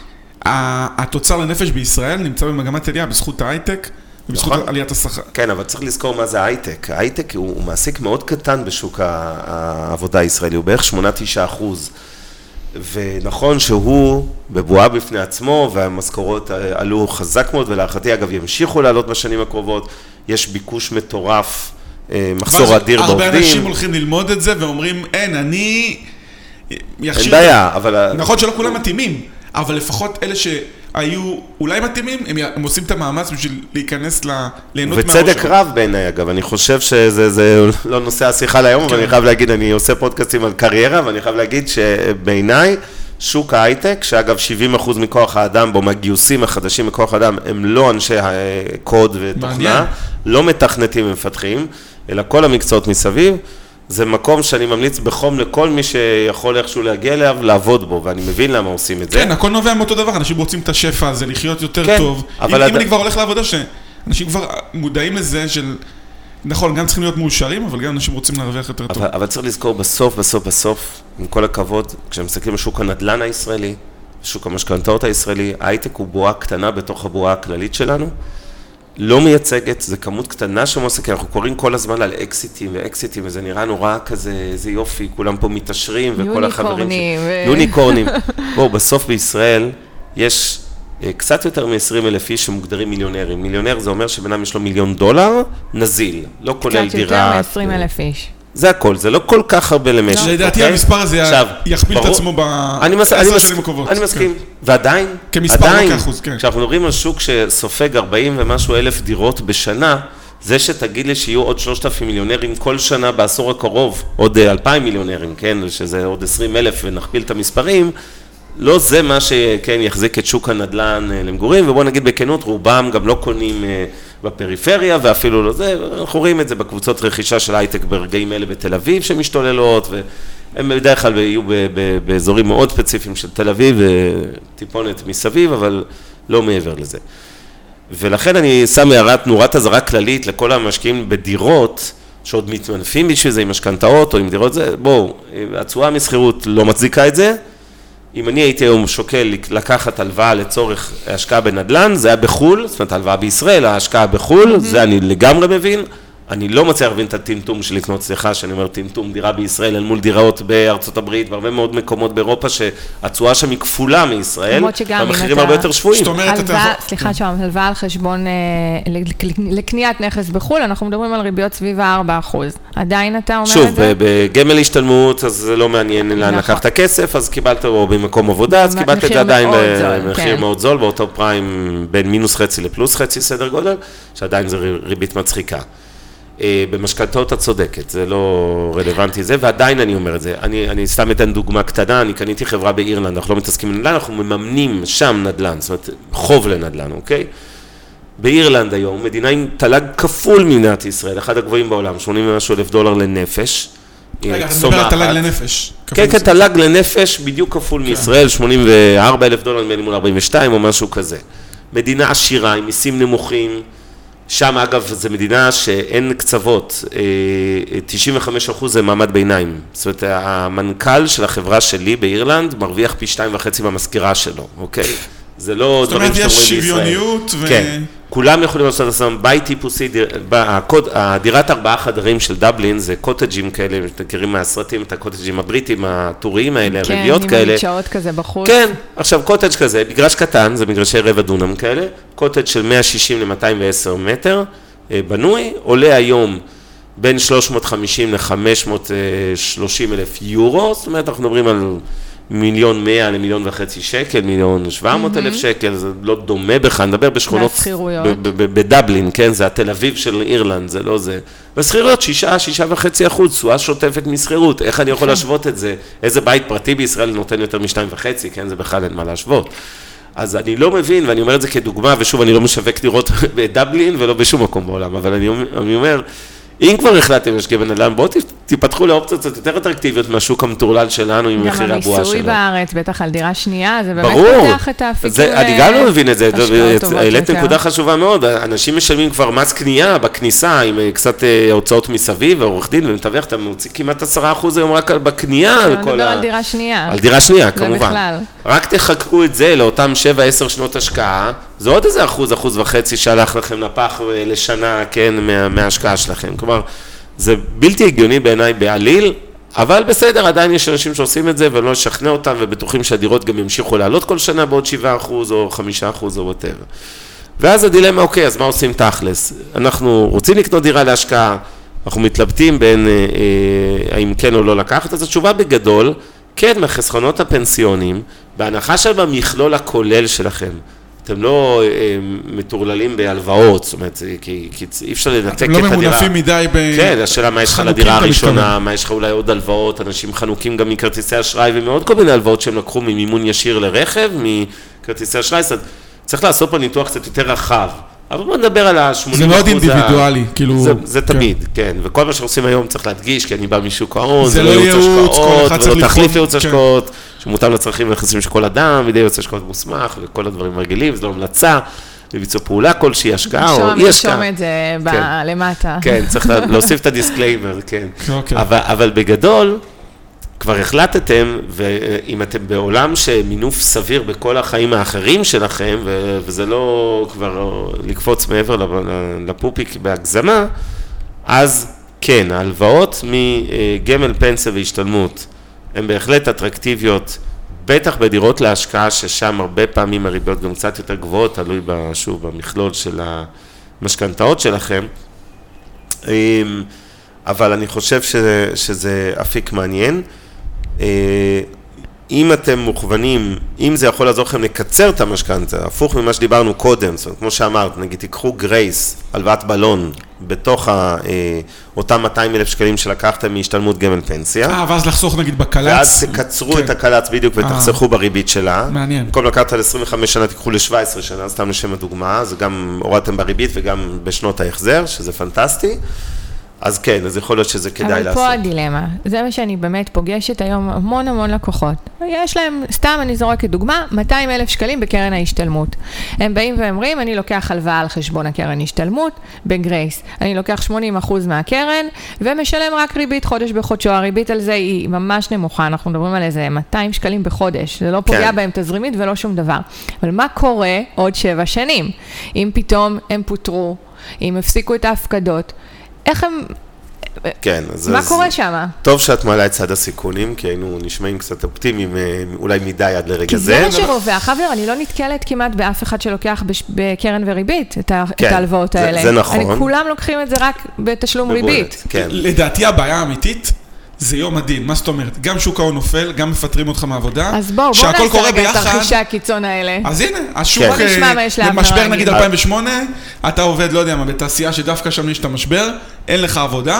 Speaker 1: התוצר לנפש בישראל נמצא במגמת עלייה בזכות ההייטק, ובזכות נכון? עליית השכר.
Speaker 3: כן, אבל צריך לזכור מה זה ההייטק. ההייטק הוא, הוא מעסיק מאוד קטן בשוק העבודה הישראלי, הוא בערך שמונה תשע אחוז. ונכון שהוא בבועה בפני עצמו, והמשכורות עלו חזק מאוד, ולהערכתי אגב ימשיכו לעלות בשנים הקרובות, יש ביקוש מטורף, מחסור אדיר בעובדים.
Speaker 1: הרבה אנשים הולכים ללמוד את זה ואומרים, אין, אני
Speaker 3: יכשיר... אין בעיה, אבל...
Speaker 1: נכון שלא כולם מתאימים, אבל לפחות אלה שהיו אולי מתאימים, הם, הם עושים את המאמץ בשביל להיכנס ליהנות מהראש.
Speaker 3: וצדק רב בעיניי, אגב, אני חושב שזה זה לא נושא השיחה להיום, אבל אני חייב להגיד, אני עושה פודקאסטים על קריירה, ואני חייב להגיד שבעיניי, שוק ההייטק, שאגב שבעים אחוז מכוח האדם בו, מהגיוסים החדשים מכוח האדם, הם לא אנשי קוד ותוכנה, לא מתכנתים ומפתחים, אלא כל המקצועות מסביב, זה מקום שאני ממליץ בחום לכל מי שיכול איכשהו להגיע אליו, לעבוד בו, ואני מבין למה עושים את זה.
Speaker 1: כן, הכל נובע מאותו דבר, אנשים רוצים את השפע הזה, לחיות יותר כן, טוב. אם, אם אני כבר הולך לעבודה, שאנשים כבר מודעים לזה של... נכון, גם צריכים להיות מאושרים, אבל גם אנשים רוצים להרוויח יותר טוב.
Speaker 3: אבל, אבל צריך לזכור בסוף, בסוף, בסוף, עם כל הכבוד, כשמסתכלים על שוק הנדל"ן הישראלי, שוק המשכנתאות הישראלי, ההייטק הוא בועה קטנה בתוך הבועה הכללית שלנו, לא מייצגת, זה כמות קטנה שמועסק, כי אנחנו קוראים כל הזמן על אקסיטים ואקסיטים, וזה נראה נורא כזה, איזה יופי, כולם פה מתעשרים, וכל החברים...
Speaker 2: יוניקורנים.
Speaker 3: ש... יוניקורנים. בואו, בסוף בישראל יש קצת יותר מ-עשרים אלף איש שמוגדרים מיליונרים. מיליונר זה אומר שבנם יש לו מיליון דולר, נזיל, לא כולל דירה...
Speaker 2: קצת יותר מ-עשרים אלף איש.
Speaker 3: זה הכל, זה לא כל כך הרבה למשק.
Speaker 1: לדעתי המספר הזה יכפיל את עצמו בעשר שנים הקרובות.
Speaker 3: אני מסכים, ועדיין,
Speaker 1: כמספר לא כאחוז, כן.
Speaker 3: כשאנחנו מדברים על שוק שסופג ארבעים ומשהו אלף דירות בשנה, זה שתגיד לי שיהיו עוד שלושת אלפים מיליונרים כל שנה בעשור הקרוב, עוד אלפיים מיליונרים, כן, שזה עוד עשרים אלף ונכפיל את המספרים, לא זה מה שכן יחזיק את שוק הנדל"ן למגורים, ובוא נגיד בכנות, רובם גם לא קונים בפריפריה, ואפילו לא זה, אנחנו רואים את זה בקבוצות רכישה של הייטק ברגעים אלה בתל אביב שמשתוללות, והם בדרך כלל יהיו באזורים מאוד ספציפיים של תל אביב, טיפונת מסביב, אבל לא מעבר לזה. ולכן אני שם הערת נורת אזהרה כללית לכל המשקיעים בדירות, שעוד מתמנפים בשביל זה עם משכנתאות או עם דירות זה, בואו, התשואה המסחירות לא מצדיקה את זה, אם אני הייתי היום שוקל לקחת הלוואה לצורך השקעה בנדל"ן, זה היה בחול, זאת אומרת, הלוואה בישראל, ההשקעה בחול, mm-hmm. זה אני לגמרי מבין. אני לא מצליח להבין את הטמטום של לקנות, סליחה, שאני אומר טמטום דירה בישראל, אל מול דירות בארצות הברית, והרבה מאוד מקומות באירופה, שהתשואה שם היא כפולה מישראל, והמחירים הרבה יותר שבויים.
Speaker 2: סליחה שם, הלוואה על חשבון לקניית נכס בחול, אנחנו מדברים על ריביות סביב ה-ארבעה אחוז. עדיין אתה אומר את זה?
Speaker 3: שוב, בגמל השתלמות, אז זה לא מעניין לאן לקחת הכסף, אז קיבלת או במקום עבודה, אז קיבלת את זה עדיין במחיר מאוד זול, באותו פריים בין מינוס חצי לפלוס חצי סדר גודל, שעדיין זה ריבית מצחיקה. במשכנתאות הצודקת, זה לא רלוונטי זה, ועדיין אני אומר את זה. אני, אני סתם אתן דוגמה קטנה, אני קניתי חברה באירלנד, אנחנו לא מתעסקים בנדל"ן, אנחנו מממנים שם נדל"ן, זאת אומרת, חוב לנדל"ן, אוקיי? באירלנד היום, מדינה עם תל"ג כפול ממדינת ישראל, אחד הגבוהים בעולם, שמונים ומשהו אלף דולר לנפש.
Speaker 1: רגע, אתה מדבר על תל"ג לנפש.
Speaker 3: כן, כן, תל"ג לנפש, בדיוק כפול מישראל, שמונים וארבעה אלף דולר, נדמה לי מול ארבעים ושתיים או משהו כזה. מדינה עשירה, עם מיסים נמוכים, שם אגב זו מדינה שאין קצוות, תשעים וחמישה אחוז זה מעמד ביניים. זאת אומרת, המנכ"ל של החברה שלי באירלנד מרוויח פי שתיים וחצי במזכירה שלו, אוקיי? זה לא דברים שאתם רואים בישראל.
Speaker 1: זאת אומרת, יש שוויוניות ו...
Speaker 3: כן, כולם יכולים לעשות לעצמם בית טיפוסי, הדירת ארבעה חדרים של דבלין זה קוטג'ים כאלה, אתם מכירים מהסרטים, את הקוטג'ים הבריטים, הטוריים האלה, הרביעות כאלה.
Speaker 2: כן, עם מדשאות כזה בחוץ.
Speaker 3: כן, עכשיו קוטג' כזה, מגרש קטן, זה מגרשי רבע דונם כאלה, קוטג' של מאה שישים ל-מאתיים ועשר מטר, בנוי, עולה היום בין שלוש מאות וחמישים ל-חמש מאות ושלושים אלף יורו, זאת אומרת, אנחנו מדברים על מיליון מאה למיליון וחצי שקל, מיליון שבע מאות אלף שקל, זה לא דומה בכלל, נדבר בשכונות, בדבלין, כן, זה התל אביב של אירלנד, זה לא זה. בסחירות, שישה, שישה וחצי אחוז, תשואה שוטפת מסחירות, איך אני יכול להשוות את זה? איזה בית פרטי בישראל נותן יותר משתיים וחצי, כן, זה בכלל אין מה להשוות. אז אני לא מבין, ואני אומר את זה כדוגמה, ושוב, אני לא משווק דירות בדבלין ולא בשום מקום בעולם, אבל אני אומר, אם כבר החלטתם להשקיע בנדל"ן, בואו תיפתחו לאופציות קצת יותר אטרקטיביות מהשוק המטורלל שלנו עם מחירי הבועה שלנו.
Speaker 2: גם המיסוי בארץ, בטח על דירה שנייה, זה באמת פותח את האפיקים.
Speaker 3: אני גם לא מבין את זה, העלית נקודה חשובה מאוד, אנשים משלמים כבר מס קנייה בכניסה, עם קצת הוצאות מסביב, ועורך דין, ומתווך, אתה מוציא כמעט עשרה אחוז היום רק בקנייה.
Speaker 2: אני מדבר על דירה שנייה.
Speaker 3: על דירה שנייה, כמובן. רק תחכו את זה לאותם שבע עשר שנות השקעה, זה עוד איזה אחוז, אחוז וחצי שהלך לכם לפח לשנה, כן, מההשקעה שלכם. כלומר, זה בלתי הגיוני בעיניי בעליל, אבל בסדר, עדיין יש אנשים שעושים את זה ולא לשכנע אותם ובטוחים שהדירות גם ימשיכו לעלות כל שנה בעוד שבעה אחוז או חמישה אחוז או whatever. ואז הדילמה, אוקיי, אז מה עושים תכלס? אנחנו רוצים לקנות דירה להשקעה, אנחנו מתלבטים בין אה, אה, האם כן או לא לקחת, אז התשובה בגדול, כן, מהחסכונות הפנסיונים, בהנחה של במכלול הכולל שלכם, אתם לא מטורללים בהלוואות, זאת אומרת, כי אי אפשר לנתק את הדירה.
Speaker 1: אתם לא ממונפים מדי בחנוקים.
Speaker 3: כן, השאלה מה יש לך לדירה הראשונה, מה יש לך אולי עוד הלוואות, אנשים חנוקים גם מכרטיסי אשראי ומעוד כל מיני הלוואות שהם לקחו ממימון ישיר לרכב, מכרטיסי אשראי, צריך לעשות פה ניתוח קצת יותר רחב. אבל בוא נדבר על ה-שמונים אחוז.
Speaker 1: זה מאוד אינדיבידואלי, כאילו...
Speaker 3: זה תמיד, כן. וכל מה שעושים היום צריך להדגיש, כי אני בא משוק ההון,
Speaker 1: זה לא ייעוץ, כל אחד צריך
Speaker 3: ולא תחליף ייעוץ השקעות, שמותאם לצרכים ונכסים של כל אדם, בידי ייעוץ השקעות מוסמך, וכל הדברים הרגילים, זה לא המלצה, לביצוע פעולה כלשהי, השקעה או אי השקעה.
Speaker 2: נרשום את זה למטה.
Speaker 3: כן, צריך להוסיף את הדיסקליימר, כן. אבל בגדול, כבר החלטתם, ואם אתם בעולם שמינוף סביר בכל החיים האחרים שלכם, וזה לא כבר לקפוץ מעבר לפופיק בהגזמה, אז כן, ההלוואות מגמל פנסיה והשתלמות, הן בהחלט אטרקטיביות, בטח בדירות להשקעה, ששם הרבה פעמים הריביות גם קצת יותר גבוהות, תלוי שוב במכלול של המשכנתאות שלכם, אבל אני חושב שזה, שזה אפיק מעניין. אם אתם מוכוונים, אם זה יכול לעזור לכם לקצר את המשכנתא, הפוך ממה שדיברנו קודם, זאת אומרת, כמו שאמרת, נגיד, תיקחו גרייס, הלוואת בלון, בתוך אותם מאתיים אלף שקלים שלקחתם מהשתלמות גמל פנסיה.
Speaker 1: אה, ואז לחסוך נגיד בקלץ.
Speaker 3: ואז תקצרו את הקלץ בדיוק ותחסכו בריבית שלה.
Speaker 1: מעניין.
Speaker 3: במקום לקחת על עשרים וחמש שנה, תיקחו ל-שבע עשרה שנה, סתם לשם הדוגמה, זה גם הורדתם בריבית וגם בשנות ההחזר, שזה פנטסטי. אז כן, אז יכול להיות שזה כדאי לעשות.
Speaker 2: אבל פה הדילמה, זה מה שאני באמת פוגשת היום המון המון לקוחות. יש להם, סתם אני זורקת דוגמה, מאתיים אלף שקלים בקרן ההשתלמות. הם באים ואומרים, אני לוקח הלוואה על חשבון הקרן השתלמות, בגרייס. אני לוקח שמונים אחוז מהקרן, ומשלם רק ריבית חודש בחודשו. הריבית על זה היא ממש נמוכה, אנחנו מדברים על איזה מאתיים שקלים בחודש. זה לא פוגע כן. בהם תזרימית ולא שום דבר. אבל מה קורה עוד שבע שנים? אם פתאום הם פוטרו, אם הפסיקו את ההפקדות, איך הם...
Speaker 3: כן, אז...
Speaker 2: מה קורה שם?
Speaker 3: טוב שאת מעלה את צד הסיכונים, כי היינו נשמעים קצת אופטימיים, אולי מדי עד לרגע זה.
Speaker 2: כי זה מה שרווח, חבר, אני לא נתקלת כמעט באף אחד שלוקח בקרן וריבית את ההלוואות האלה.
Speaker 3: זה נכון.
Speaker 2: אני כולם לוקחים את זה רק בתשלום ריבית.
Speaker 1: לדעתי הבעיה האמיתית, זה יום מדהים, מה זאת אומרת? גם שוק ההון נופל, גם מפטרים אותך מעבודה.
Speaker 2: אז בואו, בואו נעשה רגע את תרחישי הקיצון האלה.
Speaker 1: אז הנה, השוק, במשבר נגיד אלפיים ושמונה, אתה עובד, לא יודע מה, בתעשייה שדווקא שם יש את המשבר, אין לך עבודה,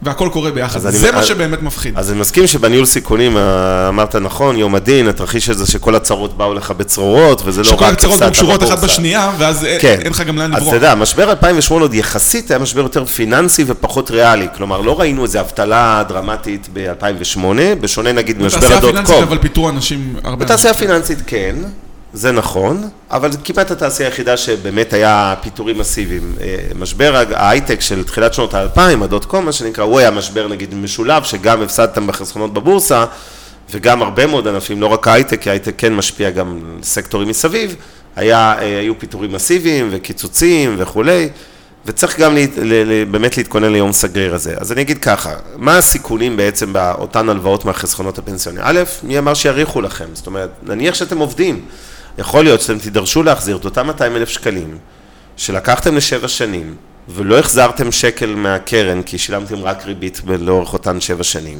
Speaker 1: והכל קורה ביחד. זה אני, מה שבאמת מפחיד.
Speaker 3: אז אני מסכים שבניהול סיכונים, אמרת נכון, יום הדין, התרחיש הזה שכל הצרות באו לך בצרורות, וזה לא רק...
Speaker 1: שכל הצרות גם קשורות אחת בשנייה, ואז כן. אין לך גם לאן לברוח.
Speaker 3: אז אתה יודע, משבר אלפיים ושמונה עוד יחסית היה משבר יותר פיננסי ופחות ריאלי. כלומר, לא ראינו איזו אבטלה דרמטית ב-אלפיים ושמונה, בשונה נגיד משבר הדוט קום.
Speaker 1: בתעשייה פיננסית, אבל פיתרו אנשים הרבה...
Speaker 3: בתעשייה פיננסית כן. זה נכון, אבל כמעט התעשייה היחידה שבאמת היה פיתורים מסיביים. משבר ההייטק של תחילת שנות האלפיים, הדוט קום, מה שנקרא, הוא היה משבר נגיד משולב, שגם הפסדתם בחסכונות בבורסה, וגם הרבה מאוד ענפים, לא רק ההייטק, כי ההייטק כן משפיע גם סקטורים מסביב, היה, היו פיתורים מסיביים וקיצוצים וכולי, וצריך גם לה, באמת להתכונן ליום סגריר הזה. אז אני אגיד ככה, מה הסיכונים בעצם באותן הלוואות מהחסכונות הפנסיוני? א', מי אמר שיריחו לכם? זאת אומרת, נניח שאתם עובדים, יכול להיות שאתם תידרשו להחזיר את אותם מאתיים אלף שקלים, שלקחתם לשבע שנים, ולא החזרתם שקל מהקרן, כי שילמתם רק ריבית לאורך אותן שבע שנים.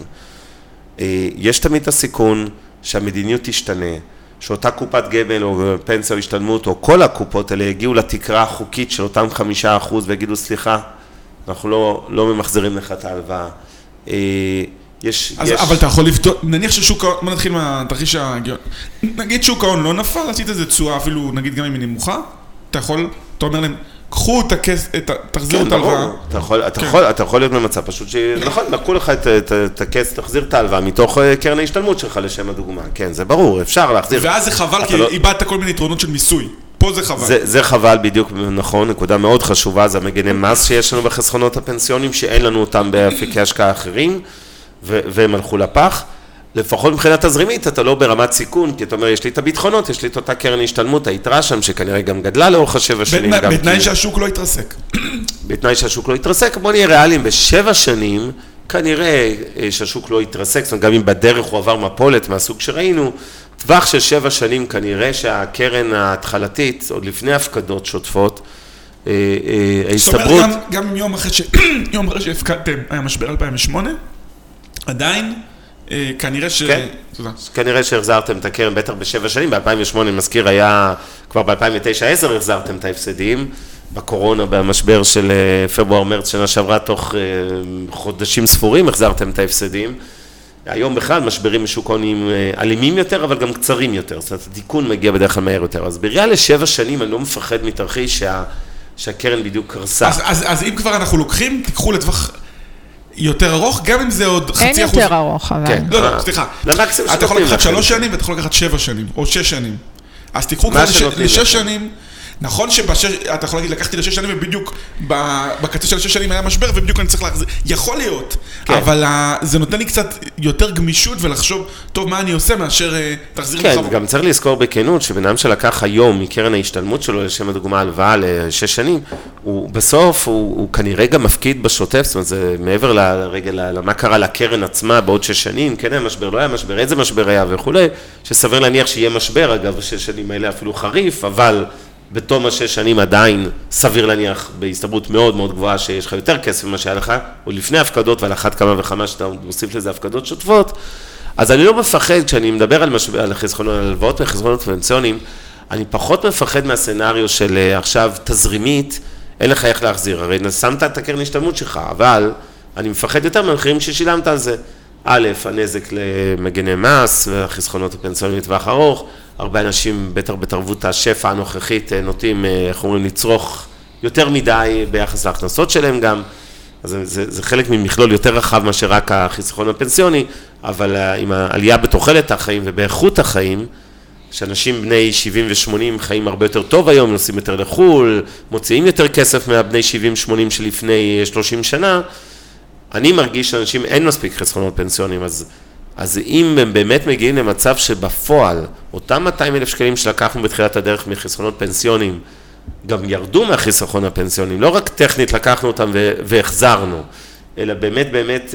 Speaker 3: יש תמיד הסיכון שהמדיניות תשתנה, שאותה קופת גמל או פנסיה או השתלמות, או כל הקופות האלה יגיעו לתקרה החוקית של אותם חמישה אחוז, ויגידו, סליחה, אנחנו לא, לא ממחזירים לך את ההלוואה. יש,
Speaker 1: אז,
Speaker 3: יש...
Speaker 1: אבל אתה יכול לפתור, נניח ששוק ההון, בוא נתחיל מהתרחיש הגיון, נגיד שוק ההון לא נפל, עשית איזה תשואה, אפילו נגיד גם אם היא נמוכה, אתה יכול, אתה אומר להם, קחו את הכס, תחזירו את ההלוואה.
Speaker 3: אתה יכול, אתה יכול, אתה יכול להיות במצב פשוט ש... נכון, לקחו לך את הכס, תחזיר את ההלוואה מתוך קרן ההשתלמות שלך לשם הדוגמה. כן, זה ברור, אפשר להחזיר.
Speaker 1: ואז זה חבל, כי איבדת כל מיני יתרונות של מיסוי. פה זה חבל.
Speaker 3: זה, זה חבל בדיוק, נכון, נקודה מאוד חשובה, זה המגני מס שיש לנו בחסכונות הפנסיונים, שאין לנו אותם באפיקי השקעה אחרים, ו- והם הלכו לפח. לפחות מבחינת תזרימית, אתה לא ברמת סיכון, כי אתה אומר, יש לי את הביטחונות, יש לי את אותה קרן השתלמות, היתרה שם, שכנראה גם גדלה לאורך השבע שנים.
Speaker 1: בתנאי, בתנאי כי... שהשוק לא יתרסק.
Speaker 3: בתנאי שהשוק לא יתרסק, בוא נהיה ריאליים, בשבע שנים, כנראה שהשוק לא יתרסק, זאת אומרת, גם אם בדרך הוא עבר מפולת מהסוג שראינו, טווח של שבע שנים, כנראה שהקרן ההתחלתית, עוד לפני הפקדות שוטפות, ההסתברות... זאת אומרת,
Speaker 1: גם, גם יום אחרי ש... יום אחרי שהפקדתם, היה משבר אלפיים ושמונה, עדיין, כנראה ש...
Speaker 3: כן, כנראה שהחזרתם את הקרן בטח בשבע שנים, ב-אלפיים ושמונה, אני מזכיר, היה כבר ב-אלפיים ותשע עשר החזרתם את ההפסדים, בקורונה, במשבר של פברואר-מרץ שנה שעברה, תוך חודשים ספורים החזרתם את ההפסדים. היום בכלל משברים משוק הונים אלימים יותר, אבל גם קצרים יותר, זאת אומרת, התיקון מגיע בדרך כלל מהר יותר. אז בראייה לשבע שנים אני לא מפחד מתרחיש שה... שהקרן בדיוק קרסה.
Speaker 1: אז, אז, אז אם כבר אנחנו לוקחים, תיקחו לטווח... יותר ארוך, גם אם זה עוד חצי אחוז.
Speaker 2: אין יותר ארוך, אבל.
Speaker 1: כן, לא, לא, סליחה. אתה יכול לקחת שלוש שנים, ואתה יכול לקחת שבע שנים, או שש שנים. אז תיקחו כבר לשש שנים, נכון שאתה יכול להגיד, לקחתי לשש שנים, ובדיוק בקצה של שש שנים היה משבר, ובדיוק אני צריך להחזיר. יכול להיות, אבל זה נותן לי קצת יותר גמישות, ולחשוב, טוב, מה אני עושה, מאשר תחזיר לך.
Speaker 3: כן, גם צריך לזכור בכנות, שבנאדם שלקח היום מקרן ההשתלמות שלו, לשם הדוגמה הלוואה לשש שנים, הוא בסוף, הוא כנראה גם מפקיד בשוטף, זאת אומרת, זה מעבר לרגע, למה קרה לקרן עצמה בעוד שש שנים, כן היה משבר, לא היה משבר, איזה משבר היה וכו', שסביר להניח שיהיה משבר, אגב, שש שנים האלה אפילו חריף, אבל בתום השש שנים עדיין סביר להניח בהסתברות מאוד מאוד גבוהה שיש לך יותר כסף ממה שהיה לך, או לפני הפקדות ועל אחת כמה וכמה שאתה מוסיף לזה הפקדות שוטפות, אז אני לא מפחד, כשאני מדבר על, משבר, על החסכונות, על הלוואות וחסכונות פנסיוניים, אני פחות מפחד מהסצנריו של עכשיו תזרימית, אין לך איך להחזיר, הרי שמת את הקרן השתלמות שלך, אבל אני מפחד יותר מהמחירים ששילמת על זה. א', הנזק למגני מס והחסכונות הפנסיוניים לטווח ארוך, הרבה אנשים, בטח בתרבות השפע הנוכחית, נוטים, איך אומרים, לצרוך יותר מדי ביחס להכנסות שלהם גם, אז זה, זה חלק ממכלול יותר רחב מאשר רק החיסכון הפנסיוני, אבל עם העלייה בתוחלת החיים ובאיכות החיים, שאנשים בני שבעים ושמונים חיים הרבה יותר טוב היום, נוסעים יותר לחול, מוציאים יותר כסף מהבני שבעים שמונים שלפני שלושים שנה, אני מרגיש שאנשים אין מספיק חסכונות פנסיונים, אז, אז אם הם באמת מגיעים למצב שבפועל, אותם מאתיים אלף שקלים שלקחנו בתחילת הדרך מחסכונות פנסיונים, גם ירדו מהחיסכון הפנסיונים, לא רק טכנית לקחנו אותם והחזרנו, אלא באמת באמת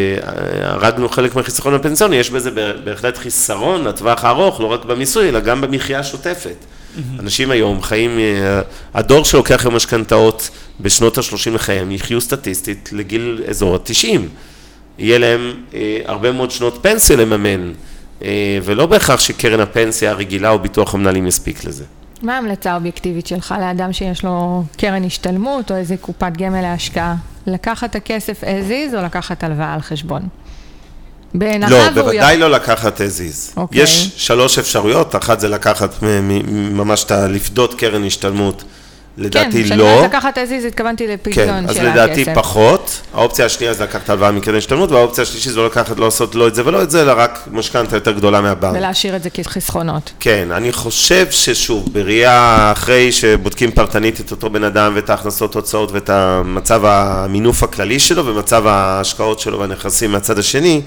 Speaker 3: הרגנו חלק מהחיסכון הפנסיוני, יש בזה בהחלט חיסרון לטווח הארוך, לא רק במיסוי, אלא גם במחיה השוטפת. אנשים היום חיים, הדור שלוקח היום משכנתאות בשנות ה-שלושים לחיים, יחיו סטטיסטית לגיל אזור ה-תשעים. יהיה להם הרבה מאוד שנות פנסיה לממן, ולא בהכרח שקרן הפנסיה הרגילה או ביטוח המנהלים יספיק לזה.
Speaker 2: מה ההמלצה האובייקטיבית שלך לאדם שיש לו קרן השתלמות או איזה קופת גמל להשקעה? לקחת את הכסף as is או לקחת הלוואה על חשבון?
Speaker 3: לא, בוודאי לא לקחת as is. יש שלוש אפשרויות, אחת זה לקחת ממש לפדות קרן השתלמות, לדעתי לא.
Speaker 2: כן, כשאני לקחת as is, התכוונתי לפיקדון של הכסף.
Speaker 3: כן, אז לדעתי פחות. האופציה השנייה זה לקחת הלוואה מקרן השתלמות, והאופציה השלישית זה לא לקחת, לא לעשות לא את זה ולא את זה, אלא רק משכנתא יותר גדולה מהבנק.
Speaker 2: ולהשאיר את זה כחסכונות.
Speaker 3: כן, אני חושב ששוב, בראייה אחרי שבודקים פרטנית את אותו בן אדם ואת ההכנסות הוצאות ואת המצב המינוף הכללי שלו ומצב ההשקעות שלו והנכסים מהצד השני,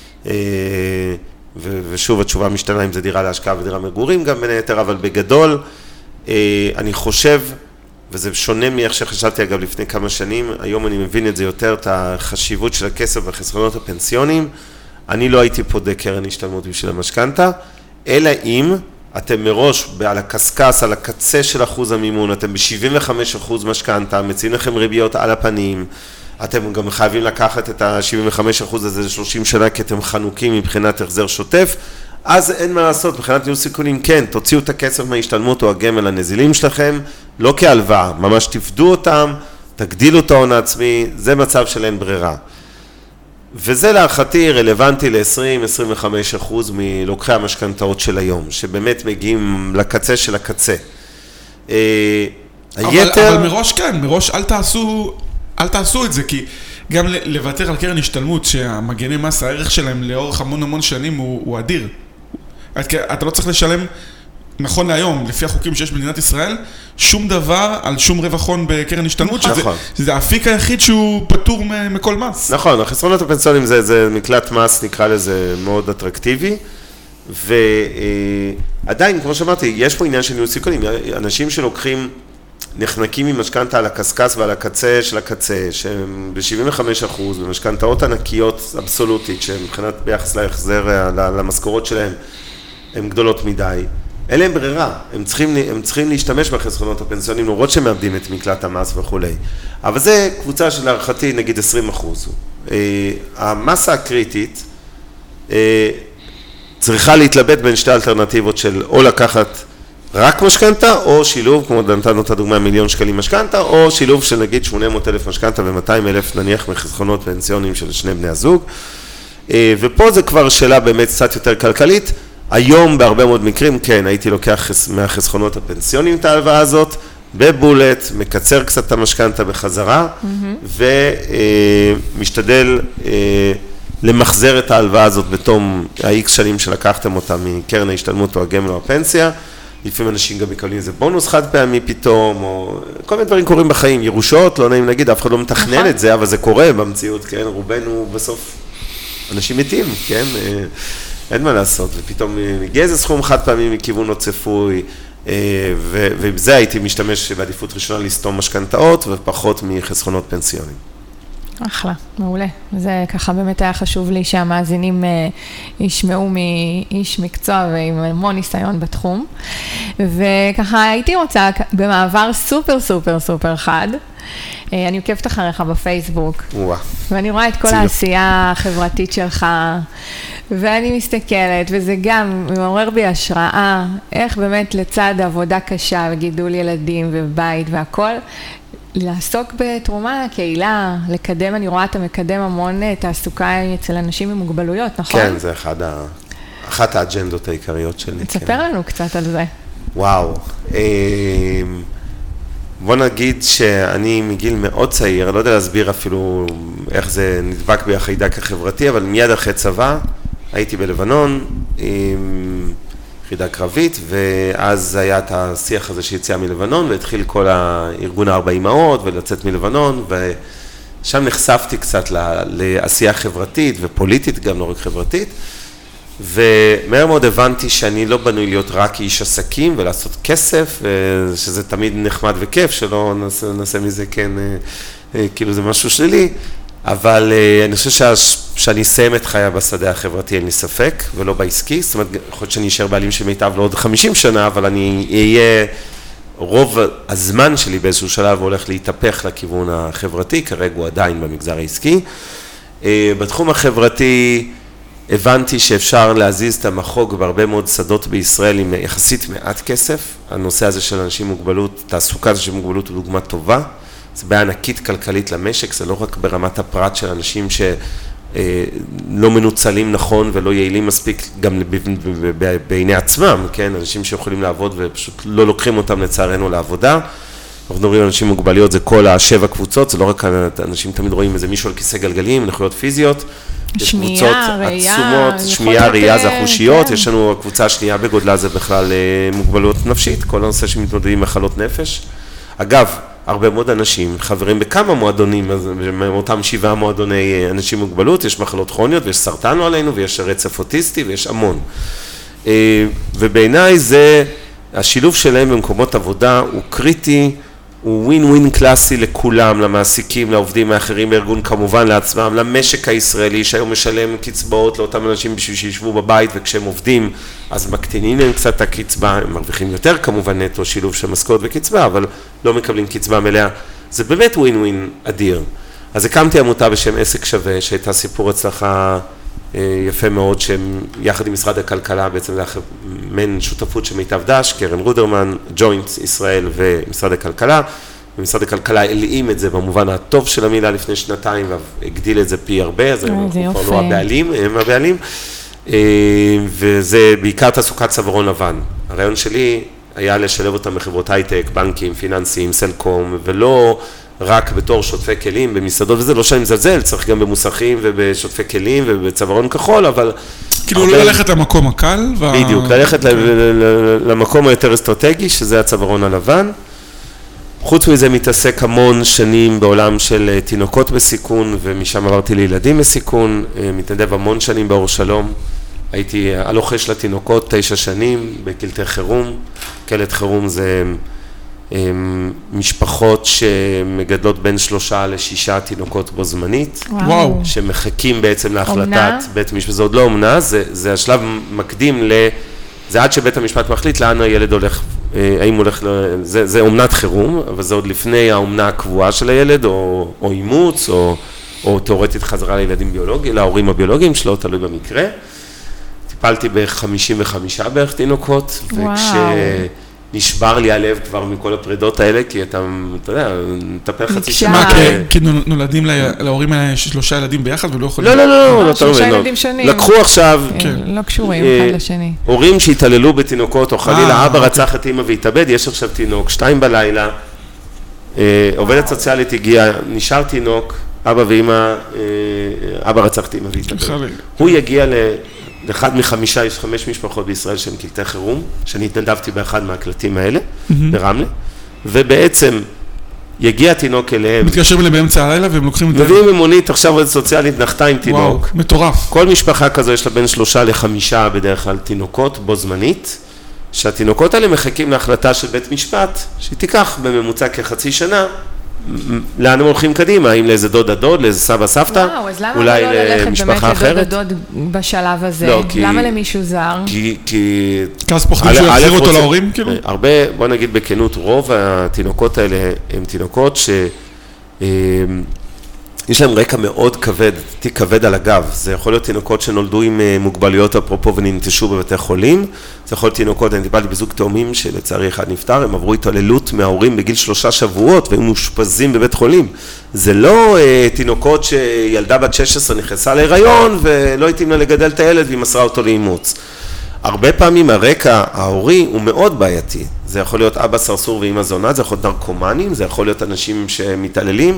Speaker 3: ושוב התשובה משתנה אם זה דירה להשקעה ודירה מגורים גם בין היתר, אבל בגדול אני חושב, וזה שונה מאיך שחשבתי אגב לפני כמה שנים, היום אני מבין את זה יותר, את החשיבות של הכסף והחסכונות הפנסיוניים. אני לא הייתי פודה קרן השתלמות בשביל המשכנתא, אלא אם אתם מראש על הקסקס, על הקצה של אחוז המימון, אתם ב-שבעים וחמישה אחוז משכנתא, מציעים לכם ריביות על הפנים, אתם גם חייבים לקחת את ה-שבעים וחמישה אחוז הזה ל-שלושים שנה, כי אתם חנוקים מבחינת החזר שוטף, אז אין מה לעשות, מבחינת ניהול סיכונים, כן, תוציאו את הכסף מההשתלמות או הגמל הנזילים שלכם, לא כהלוואה, ממש תפדו אותם, תגדילו את ההון העצמי, זה מצב של אין ברירה. וזה להערכתי רלוונטי ל-עשרים עד עשרים וחמישה אחוז מלוקחי המשכנתאות של היום, שבאמת מגיעים לקצה של הקצה.
Speaker 1: אבל, היתר... אבל מראש כן, מראש אל תעשו, אל תעשו את זה, כי גם לוותר על קרן השתלמות, שהמגני מס, הערך שלהם לאורך המון המון שנים הוא, הוא אדיר. אתה לא צריך לשלם, נכון להיום, לפי החוקים שיש במדינת ישראל, שום דבר על שום רווח הון בקרן השתלמות, שזה,
Speaker 3: נכון.
Speaker 1: שזה האפיק היחיד שהוא פטור מכל מס.
Speaker 3: נכון, החסרונות הפנסיוניים זה, זה מקלט מס, נקרא לזה מאוד אטרקטיבי, ועדיין, כמו שאמרתי, יש פה עניין של ניהול סיכונים, אנשים שלוקחים, נחנקים ממשכנתא על הקסקס ועל הקצה של הקצה, שהם ב-שבעים וחמישה אחוז, במשכנתאות ענקיות אבסולוטית, שמבחינת ביחס להחזר, למשכורות שלהם, הן גדולות מדי. אין להם ברירה, הם צריכים, הם צריכים להשתמש בחסכונות הפנסיוניים, למרות שהם מאבדים את מקלט המס וכו'. אבל זה קבוצה של הערכתי, נגיד עשרים אחוז. המסה הקריטית צריכה להתלבט בין שתי אלטרנטיבות של או לקחת רק משכנתא, או שילוב, כמו נתנו את הדוגמה, מיליון שקלים משכנתא, או שילוב של נגיד שמונה מאות אלף משכנתא ו-מאתיים אלף נניח מחסכונות פנסיוניים של שני בני הזוג. ופה זה כבר שאלה באמת קצת יותר כלכלית. היום בהרבה מאוד מקרים, כן, הייתי לוקח מהחסכונות הפנסיוניים את ההלוואה הזאת, בבולט, מקצר קצת את המשכנתא בחזרה, ומשתדל למחזר את ההלוואה הזאת בתום ה-X שנים שלקחתם אותה מקרן ההשתלמות או הגמל או הפנסיה. לפעמים אנשים גם מקבלים איזה בונוס חד פעמי פתאום, או כל מיני דברים קורים בחיים, ירושות, לא נעים להגיד, אף אחד לא מתכנן את זה, אבל זה קורה במציאות, כן, רובנו בסוף אנשים מתים, כן, אין מה לעשות, ופתאום מגיע איזה סכום חד פעמי מכיוון לא צפוי, ובזה הייתי משתמש בעדיפות ראשונה לסתום משכנתאות, ופחות מחסכונות פנסיוניים.
Speaker 2: אחלה, מעולה. זה ככה באמת היה חשוב לי שהמאזינים ישמעו מאיש מקצוע ועם המון ניסיון בתחום. וככה הייתי רוצה במעבר סופר סופר סופר חד, אני עוקבת אחריך בפייסבוק, ואני רואה את כל העשייה החברתית שלך, ואני מסתכלת, וזה גם מעורר בי השראה, איך באמת לצד עבודה קשה וגידול ילדים ובית והכל, לעסוק בתרומה לקהילה, לקדם, אני רואה אתה מקדם המון תעסוקה אצל אנשים עם מוגבלויות, נכון?
Speaker 3: כן, זה אחד ה... אחת האג'נדות העיקריות שלי.
Speaker 2: תספר כן. לנו קצת על זה.
Speaker 3: וואו. בוא נגיד שאני מגיל מאוד צעיר, לא יודע להסביר אפילו איך זה נדבק בי החיידק החברתי, אבל מיד אחרי צבא הייתי בלבנון עם יחידה קרבית, ואז היה את השיח הזה שיציאה מלבנון, והתחיל כל הארגון הארבע אמהות ולצאת מלבנון, ושם נחשפתי קצת לעשייה חברתית ופוליטית, גם לא רק חברתית, ומהר מאוד הבנתי שאני לא בנוי להיות רק איש עסקים ולעשות כסף, שזה תמיד נחמד וכיף, שלא נעשה, נעשה מזה כן, כאילו זה משהו שלילי, אבל אני חושב שה, שאני אסיים את חיי בשדה החברתי, אין לי ספק, ולא בעסקי, זאת אומרת, יכול להיות שאני אשאר בעלים של מיטב לעוד חמישים שנה, אבל אני אהיה, רוב הזמן שלי באיזשהו שלב הולך להתהפך לכיוון החברתי, כרגע הוא עדיין במגזר העסקי. בתחום החברתי, הבנתי שאפשר להזיז את המחוג בהרבה מאוד שדות בישראל עם יחסית מעט כסף. הנושא הזה של אנשים עם מוגבלות, תעסוקה של מוגבלות הוא דוגמה טובה. זה בעיה ענקית כלכלית למשק, זה לא רק ברמת הפרט של אנשים שלא מנוצלים נכון ולא יעילים מספיק גם בעיני עצמם, כן? אנשים שיכולים לעבוד ופשוט לא לוקחים אותם לצערנו לעבודה. אנחנו מדברים על אנשים מוגבליות, זה כל השבע קבוצות, זה לא רק אנשים תמיד רואים איזה מישהו על כיסא גלגלים, נכויות פיזיות.
Speaker 2: שמיעה, ראייה.
Speaker 3: עצומות, שמיעה, ראייה זה החושיות, יש לנו הקבוצה השנייה בגודלה זה בכלל מוגבלות נפשית, כל הנושא שמתמודדים עם מחלות נפש. אגב, הרבה מאוד אנשים, חברים בכמה מועדונים, מאותם שבעה מועדוני אנשים מוגבלות, יש מחלות כרוניות ויש סרטן עלינו ויש רצף אוטיסטי ויש המון. ובעיניי זה, השילוב שלהם במקומות עבודה הוא קריטי, הוא ווין ווין קלאסי לכולם, למעסיקים, לעובדים האחרים בארגון, כמובן לעצמם, למשק הישראלי שהיום משלם קצבאות לאותם אנשים בשביל שישבו בבית וכשהם עובדים אז מקטינים להם קצת את הקצבה, הם מרוויחים יותר כמובן נטו שילוב של משכורת וקצבה, אבל לא מקבלים קצבה מלאה, זה באמת ווין ווין אדיר. אז הקמתי עמותה בשם עסק שווה שהייתה סיפור הצלחה יפה מאוד, שיחד עם משרד הכלכלה, בעצם זה מעין שותפות של מיטב דש, קרן רודרמן, ג'וינט ישראל ומשרד הכלכלה, ומשרד הכלכלה העלים את זה במובן הטוב של המילה לפני שנתיים, והגדיל את זה פי הרבה, אז אנחנו כבר לא הבעלים, הם הבעלים, וזה בעיקר תעסוקת צווארון לבן. הרעיון שלי היה לשלב אותם בחברות הייטק, בנקים, פיננסיים, סלקום, ולא רק בתור שוטפי כלים במסעדות, וזה לא שאני מזלזל, צריך גם במוסכים ובשוטפי כלים ובצווארון כחול, אבל...
Speaker 1: כאילו לא ללכת למקום הקל.
Speaker 3: בדיוק, ללכת למקום היותר אסטרטגי, שזה הצווארון הלבן. חוץ מזה מתעסק המון שנים בעולם של תינוקות בסיכון, ומשם עברתי לילדים בסיכון, מתנדב המון שנים באור שלום. הייתי הלוחש לתינוקות תשע שנים בקלטי חירום. קלט חירום זה... משפחות שמגדלות בין שלושה לשישה תינוקות בו זמנית,
Speaker 1: וואו.
Speaker 3: שמחכים בעצם להחלטת בית המשפט, זה עוד לא אומנה, זה, זה השלב מקדים ל... זה עד שבית המשפט מחליט לאן הילד הולך, האם הולך, זה, זה אומנת חירום, אבל זה עוד לפני האומנה הקבועה של הילד, או, או אימוץ, או, או תיאורטית חזרה לילדים ביולוגיים, להורים הביולוגיים שלו, תלוי במקרה. טיפלתי ב-חמישים וחמישה בערך תינוקות, וכש... נשבר לי הלב כבר מכל הפרידות האלה, כי אתה, אתה יודע, מטפל חצי שנה.
Speaker 1: מה, כי נולדים להורים האלה שלושה ילדים ביחד ולא יכולים...
Speaker 3: לא, לא, לא,
Speaker 2: שלושה ילדים שונים.
Speaker 3: לקחו עכשיו...
Speaker 2: לא קשורים אחד לשני.
Speaker 3: הורים שהתעללו בתינוקות, או חלילה, אבא רצח את אמא והתאבד, יש עכשיו תינוק, שתיים בלילה, עובדת סוציאלית הגיעה, נשאר תינוק, אבא ואמא, אבא רצח את אמא והתאבד. הוא יגיע ל... לאחד מחמישה, יש חמש משפחות בישראל שהם קלטי חירום, שאני התנדבתי באחד מהקלטים האלה, ברמלה, ובעצם יגיע תינוק אליהם.
Speaker 1: מתקשרים אליהם באמצע הלילה והם לוקחים את זה.
Speaker 3: מביאים ממונית, עכשיו עובדת סוציאלית נחתה עם תינוק.
Speaker 1: וואו, מטורף.
Speaker 3: כל משפחה כזו יש לה בין שלושה לחמישה בדרך כלל תינוקות בו זמנית, שהתינוקות האלה מחכים להחלטה של בית משפט, שתיקח בממוצע כחצי שנה, לאן הם הולכים קדימה, האם לאיזה דוד הדוד, לאיזה סבא סבתא,
Speaker 2: וואו, אז למה לא ללכת באמת לדוד הדוד בשלב הזה?
Speaker 3: לא, כי...
Speaker 2: למה למישהו זר?
Speaker 3: כי... כי...
Speaker 1: כי אז פוחדים שהוא יחזיר אותו להורים, כאילו?
Speaker 3: הרבה, בוא נגיד בכנות, רוב התינוקות האלה הם תינוקות ש... יש להם רקע מאוד כבד, תיק כבד על הגב. זה יכול להיות תינוקות שנולדו עם מוגבלויות אפרופו וננטשו בבתי חולים. זה יכול להיות תינוקות, אני טיפלתי בזוג תאומים שלצערי אחד נפטר, הם עברו התעללות מההורים בגיל שלושה שבועות והם מאושפזים בבית חולים. זה לא אה, תינוקות שילדה בת שש עשרה נכנסה להיריון ולא התאים לה לגדל את הילד והיא מסרה אותו לאימוץ. הרבה פעמים הרקע ההורי הוא מאוד בעייתי. זה יכול להיות אבא סרסור ואמא זונה, זה יכול להיות נרקומנים, זה יכול להיות אנשים שמתעללים.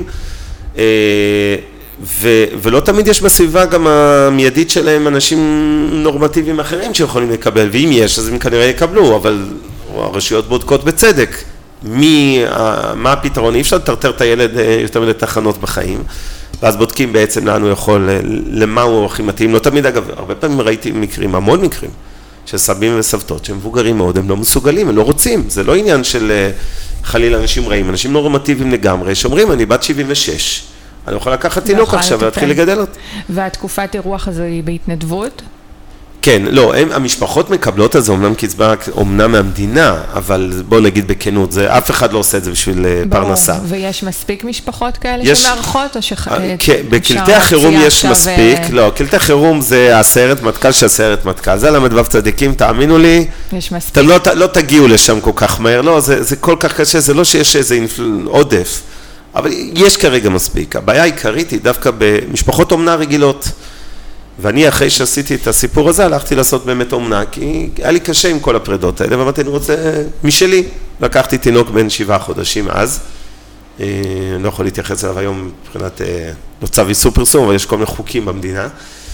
Speaker 3: ו- ולא תמיד יש בסביבה גם המיידית שלהם אנשים נורמטיביים אחרים שיכולים לקבל, ואם יש אז הם כנראה יקבלו, אבל הרשויות בודקות בצדק. מי, מה הפתרון? אי אפשר לטרטר את הילד יותר מדי תחנות בחיים, ואז בודקים בעצם לאן הוא יכול, למה הוא הכי מתאים. לא תמיד, אגב, הרבה פעמים ראיתי מקרים, המון מקרים, של סבים וסבתות שהם מבוגרים מאוד, הם לא מסוגלים, הם לא רוצים. זה לא עניין של חליל אנשים רעים, אנשים נורמטיביים לגמרי, שאומרים, אני בת שבעים ושש, אני יכול לקחת תינוק עכשיו ולהתחיל לגדל אותה.
Speaker 2: והתקופת אירוח הזו היא בהתנדבות?
Speaker 3: כן, לא, הם, המשפחות מקבלות על זה, אומנם קצבה, אומנם מהמדינה, אבל בוא נגיד בכנות, זה, אף אחד לא עושה את זה בשביל ברור. פרנסה.
Speaker 2: ויש מספיק משפחות כאלה יש, שמארחות או שח...
Speaker 3: כן, בקלטי החירום יש מספיק, ו... לא, קלטי חירום זה הסיירת מטכ"ל של הסיירת מטכ"ל, זה למד ו' צדיקים, תאמינו לי,
Speaker 2: יש מספיק.
Speaker 3: אתם לא, לא תגיעו לשם כל כך מהר, לא, זה, זה כל כך קשה, זה לא שיש איזה עודף, אבל יש כרגע מספיק. הבעיה העיקרית היא דווקא במשפחות אומנה רגילות. ואני אחרי שעשיתי את הסיפור הזה, הלכתי לעשות באמת אומנה, כי היה לי קשה עם כל הפרדות האלה, ואמרתי, אני רוצה משלי. לקחתי תינוק בן שבעה חודשים אז, אני לא יכול להתייחס אליו היום מבחינת, לא צו איסור פרסום, אבל יש כל מיני חוקים במדינה.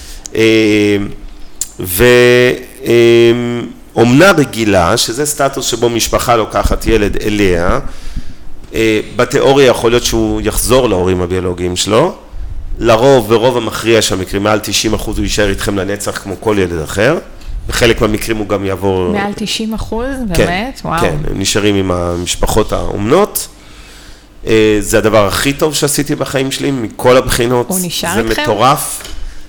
Speaker 3: ואומנה רגילה, שזה סטטוס שבו משפחה לוקחת ילד אליה, בתיאוריה יכול להיות שהוא יחזור להורים הביולוגיים שלו, לרוב, ברוב המכריע שהמקרים, מעל תשעים אחוז הוא יישאר איתכם לנצח כמו כל ילד אחר, בחלק מהמקרים הוא גם יעבור...
Speaker 2: מעל תשעים אחוז? באמת?
Speaker 3: כן,
Speaker 2: וואו.
Speaker 3: כן, הם נשארים עם המשפחות האומנות. זה הדבר הכי טוב שעשיתי בחיים שלי, מכל הבחינות.
Speaker 2: הוא נשאר
Speaker 3: זה
Speaker 2: איתכם?
Speaker 3: זה מטורף.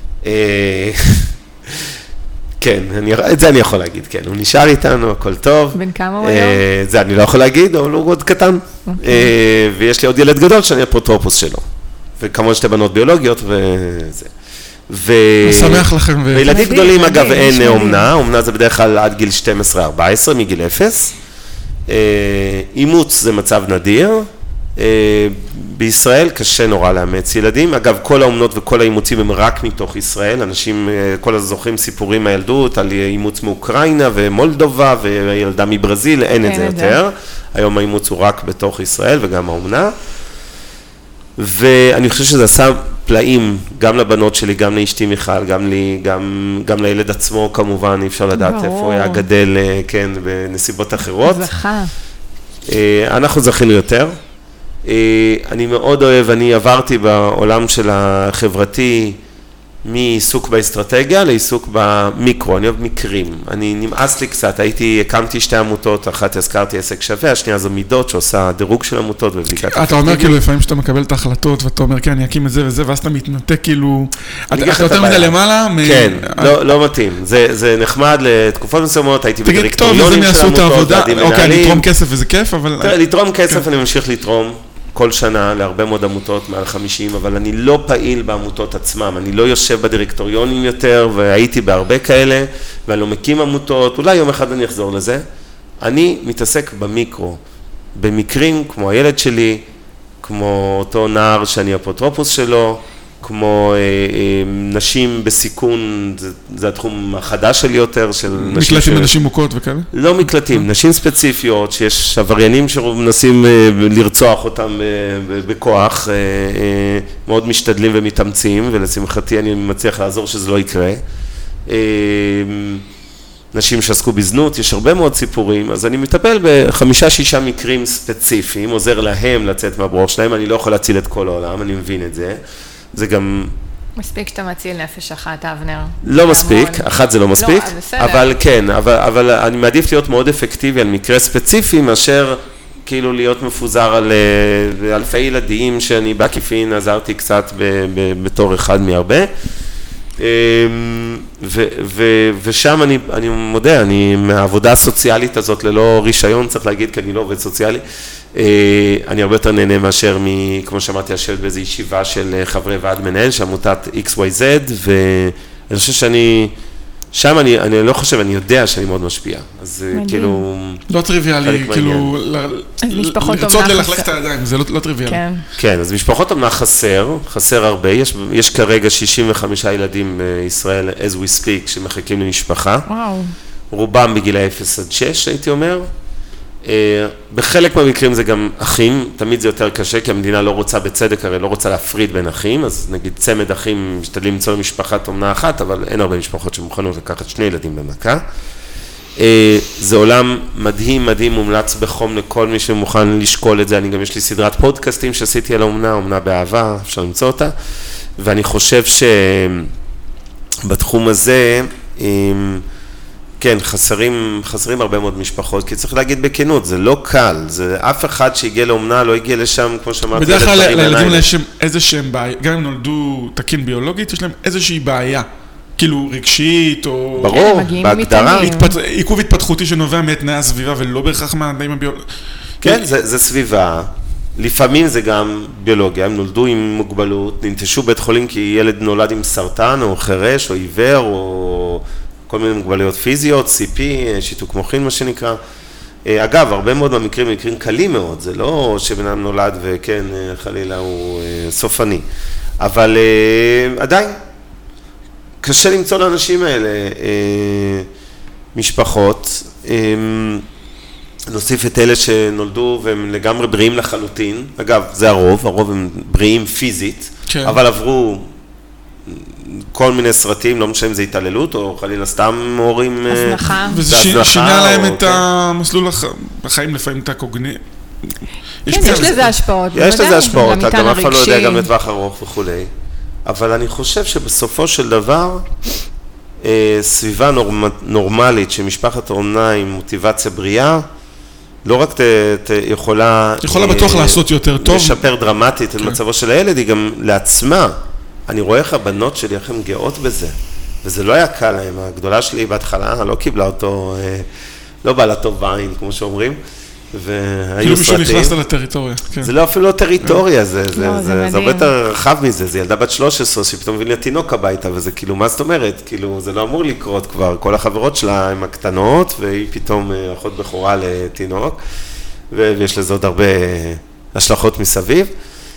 Speaker 3: כן, אני, את זה אני יכול להגיד, כן. הוא נשאר איתנו, הכל טוב.
Speaker 2: בן כמה הוא היום?
Speaker 3: זה אני לא יכול להגיד, אבל הוא עוד קטן. Okay. ויש לי עוד ילד גדול שאני אפוטרופוס שלו. וכמובן שתי בנות ביולוגיות וזה. ו...
Speaker 1: משמח לכם. ו...
Speaker 3: וילדים גדולים אגב אין אומנה, אומנה זה בדרך כלל עד גיל שתים עשרה ארבע עשרה, מגיל אפס. אימוץ זה מצב נדיר. בישראל קשה נורא לאמץ ילדים, אגב כל האומנות וכל האימוצים הם רק מתוך ישראל, אנשים כל הזוכרים סיפורים מהילדות על אימוץ מאוקראינה ומולדובה וילדה מברזיל, אין את זה יותר, היום האימוץ הוא רק בתוך ישראל וגם האומנה, ואני חושב שזה עשה פלאים גם לבנות שלי, גם לאשתי מיכל, גם לי, גם, גם לילד עצמו כמובן, אי אפשר לדעת איפה הוא היה גדל, כן, בנסיבות אחרות.
Speaker 2: זכה.
Speaker 3: אנחנו זכינו יותר. אני מאוד אוהב, אני עברתי בעולם של החברתי מעיסוק באסטרטגיה לעיסוק במיקרו, אני אוהב מקרים, אני נמאס לי קצת, הייתי, הקמתי שתי עמותות, אחת הזכרתי עסק שווה, השנייה זו מידות שעושה דירוג של עמותות ובדיקת אפקטיביות. אתה
Speaker 1: אומר כאילו לפעמים שאתה מקבל את ההחלטות ואתה אומר כן אני אקים את זה וזה ואז אתה מתנתק כאילו, אתה יותר מדי למעלה.
Speaker 3: כן, לא מתאים, זה נחמד לתקופות מסוימות, הייתי בדירקטוריונים של עמותות,
Speaker 1: אוקיי, לתרום כסף וזה כיף, אבל...
Speaker 3: לתרום כסף אני ממשיך לתרום. כל שנה להרבה מאוד עמותות, מעל חמישים, אבל אני לא פעיל בעמותות עצמם, אני לא יושב בדירקטוריונים יותר, והייתי בהרבה כאלה, ואני לא מקים עמותות, אולי יום אחד אני אחזור לזה. אני מתעסק במיקרו, במקרים כמו הילד שלי, כמו אותו נער שאני אפוטרופוס שלו, כמו אה, אה, נשים בסיכון, זה, זה התחום החדש שלי יותר, של נשים...
Speaker 1: מקלטים לנשים מוכות וכאלה?
Speaker 3: לא מקלטים, נשים ספציפיות, שיש עבריינים שמנסים אה, לרצוח אותם אה, בכוח, אה, אה, מאוד משתדלים ומתאמצים, ולשמחתי אני מצליח לעזור שזה לא יקרה. אה, נשים שעסקו בזנות, יש הרבה מאוד סיפורים, אז אני מטפל בחמישה, שישה מקרים ספציפיים, עוזר להם לצאת מהברוך שלהם, אני לא יכול להציל את כל העולם, אני מבין את זה. זה גם...
Speaker 2: מספיק שאתה מציל נפש אחת, אבנר.
Speaker 3: לא מספיק, אחת זה לא מספיק, אבל כן, אבל אני מעדיף להיות מאוד אפקטיבי על מקרה ספציפי, מאשר כאילו להיות מפוזר על אלפי ילדים שאני בעקיפין עזרתי קצת בתור אחד מהרבה. ושם אני, אני מודה, אני מהעבודה הסוציאלית הזאת ללא רישיון, צריך להגיד, כי אני לא עובד סוציאלי, אני הרבה יותר נהנה מאשר, כמו שאמרתי, לשבת באיזו ישיבה של חברי ועד מנהל, שעמותת אקס וואי זד, ואני חושב שאני, שם אני, אני לא חושב, אני יודע שאני מאוד משפיע, אז כאילו...
Speaker 1: לא טריוויאלי, כאילו, לרצות ללכלך את הידיים, זה לא טריוויאלי.
Speaker 3: כן, אז משפחות אומנה חסר, חסר הרבה, יש כרגע שישים וחמישה ילדים בישראל, as we speak, שמחכים למשפחה.
Speaker 2: וואו.
Speaker 3: רובם בגילי אפס עד שש, הייתי אומר. בחלק מהמקרים זה גם אחים, תמיד זה יותר קשה, כי המדינה לא רוצה בצדק, הרי לא רוצה להפריד בין אחים, אז נגיד צמד אחים משתדלים למצוא למשפחת אומנה אחת, אבל אין הרבה משפחות שמוכנות לקחת שני ילדים במכה. זה עולם מדהים, מדהים, מומלץ בחום לכל מי שמוכן לשקול את זה, אני גם יש לי סדרת פודקאסטים שעשיתי על האומנה, אומנה באהבה, אפשר למצוא אותה, ואני חושב שבתחום הזה, כן, חסרים, חסרים הרבה מאוד משפחות, כי צריך להגיד בכנות, זה לא קל, זה אף אחד שהגיע לאומנה, לא הגיע לשם, כמו שאמרתי,
Speaker 1: בדרך כלל לילדים יש איזשהם בעיה, גם אם נולדו תקין ביולוגית, יש להם איזושהי בעיה, כאילו רגשית, או...
Speaker 3: ברור, בהגדרה.
Speaker 1: עיכוב התפתחותי שנובע מתנאי הסביבה, ולא בהכרח מהתנאים הביולוגיים.
Speaker 3: כן, זה, זה סביבה. לפעמים זה גם ביולוגיה, הם נולדו עם מוגבלות, ננטשו בית חולים כי ילד נולד עם סרטן, או חרש, או עיוור, או... כל מיני מוגבלויות פיזיות, סי פי, שיתוק מוחין מה שנקרא, אגב, הרבה מאוד מהמקרים, מקרים קלים מאוד, זה לא שבן אדם נולד וכן, חלילה הוא סופני, אבל עדיין, קשה למצוא לאנשים האלה משפחות, נוסיף את אלה שנולדו והם לגמרי בריאים לחלוטין, אגב, זה הרוב, הרוב הם בריאים פיזית, כן. אבל עברו כל מיני סרטים, לא משנה אם זה התעללות, או חלילה סתם הורים...
Speaker 2: הזנחה.
Speaker 1: וזה שינה להם את המסלול החיים, לפעמים את הקוגני...
Speaker 2: כן, יש לזה השפעות.
Speaker 3: יש לזה השפעות, גם אף אחד לא יודע גם לטווח ארוך וכו'. אבל אני חושב שבסופו של דבר, סביבה נורמלית, שמשפחת אומנה עם מוטיבציה בריאה, לא רק יכולה...
Speaker 1: יכולה בטוח לעשות יותר טוב.
Speaker 3: לשפר דרמטית את מצבו של הילד, היא גם לעצמה. אני רואה איך הבנות שלי, איך הן גאות בזה, וזה לא היה קל להם. הגדולה שלי בהתחלה לא קיבלה אותו, לא בא לה טוב בעין, כמו שאומרים, והיו סרטים.
Speaker 1: כאילו מישהו נכנסת לטריטוריה.
Speaker 3: זה לא אפילו לא טריטוריה, זה הרבה יותר רחב מזה, זה ילדה בת שלוש עשרה שפתאום מביא לי תינוק הביתה, וזה כאילו, מה זאת אומרת? כאילו, זה לא אמור לקרות כבר, כל החברות שלה הן הקטנות, והיא פתאום אחות בכורה לתינוק, ויש לזה עוד הרבה השלכות מסביב.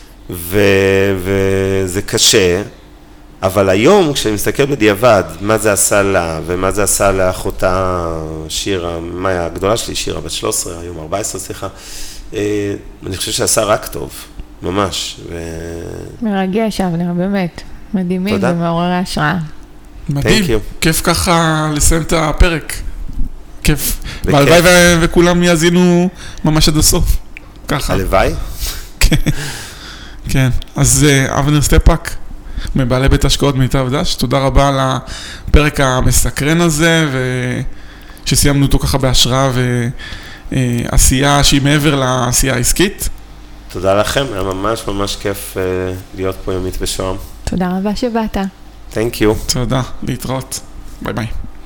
Speaker 3: וזה קשה, אבל היום כשאני מסתכל בדיעבד מה זה עשה לה ומה זה עשה לאחותה שירה, מה היה הגדולה שלי, שירה בת שלוש עשרה, היום ארבע עשרה, סליחה, אני חושב שעשה רק טוב, ממש.
Speaker 2: מרגש, אבנר, באמת, מדהימים ומעוררי השראה.
Speaker 1: מדהים, כיף ככה לסיים את הפרק, כיף, והלוואי וכולם יאזינו ממש עד הסוף, ככה.
Speaker 3: הלוואי?
Speaker 1: כן. כן, אז אבנר סטפאק, מבעלי בית השקעות מיטב דש, תודה רבה על הפרק המסקרן הזה, ושסיימנו אותו ככה בהשראה ועשייה שהיא מעבר לעשייה העסקית.
Speaker 3: תודה לכם, היה ממש ממש כיף להיות פה יומית ושוהם.
Speaker 2: תודה רבה שבאת.
Speaker 3: Thank you.
Speaker 1: תודה, להתראות. ביי ביי.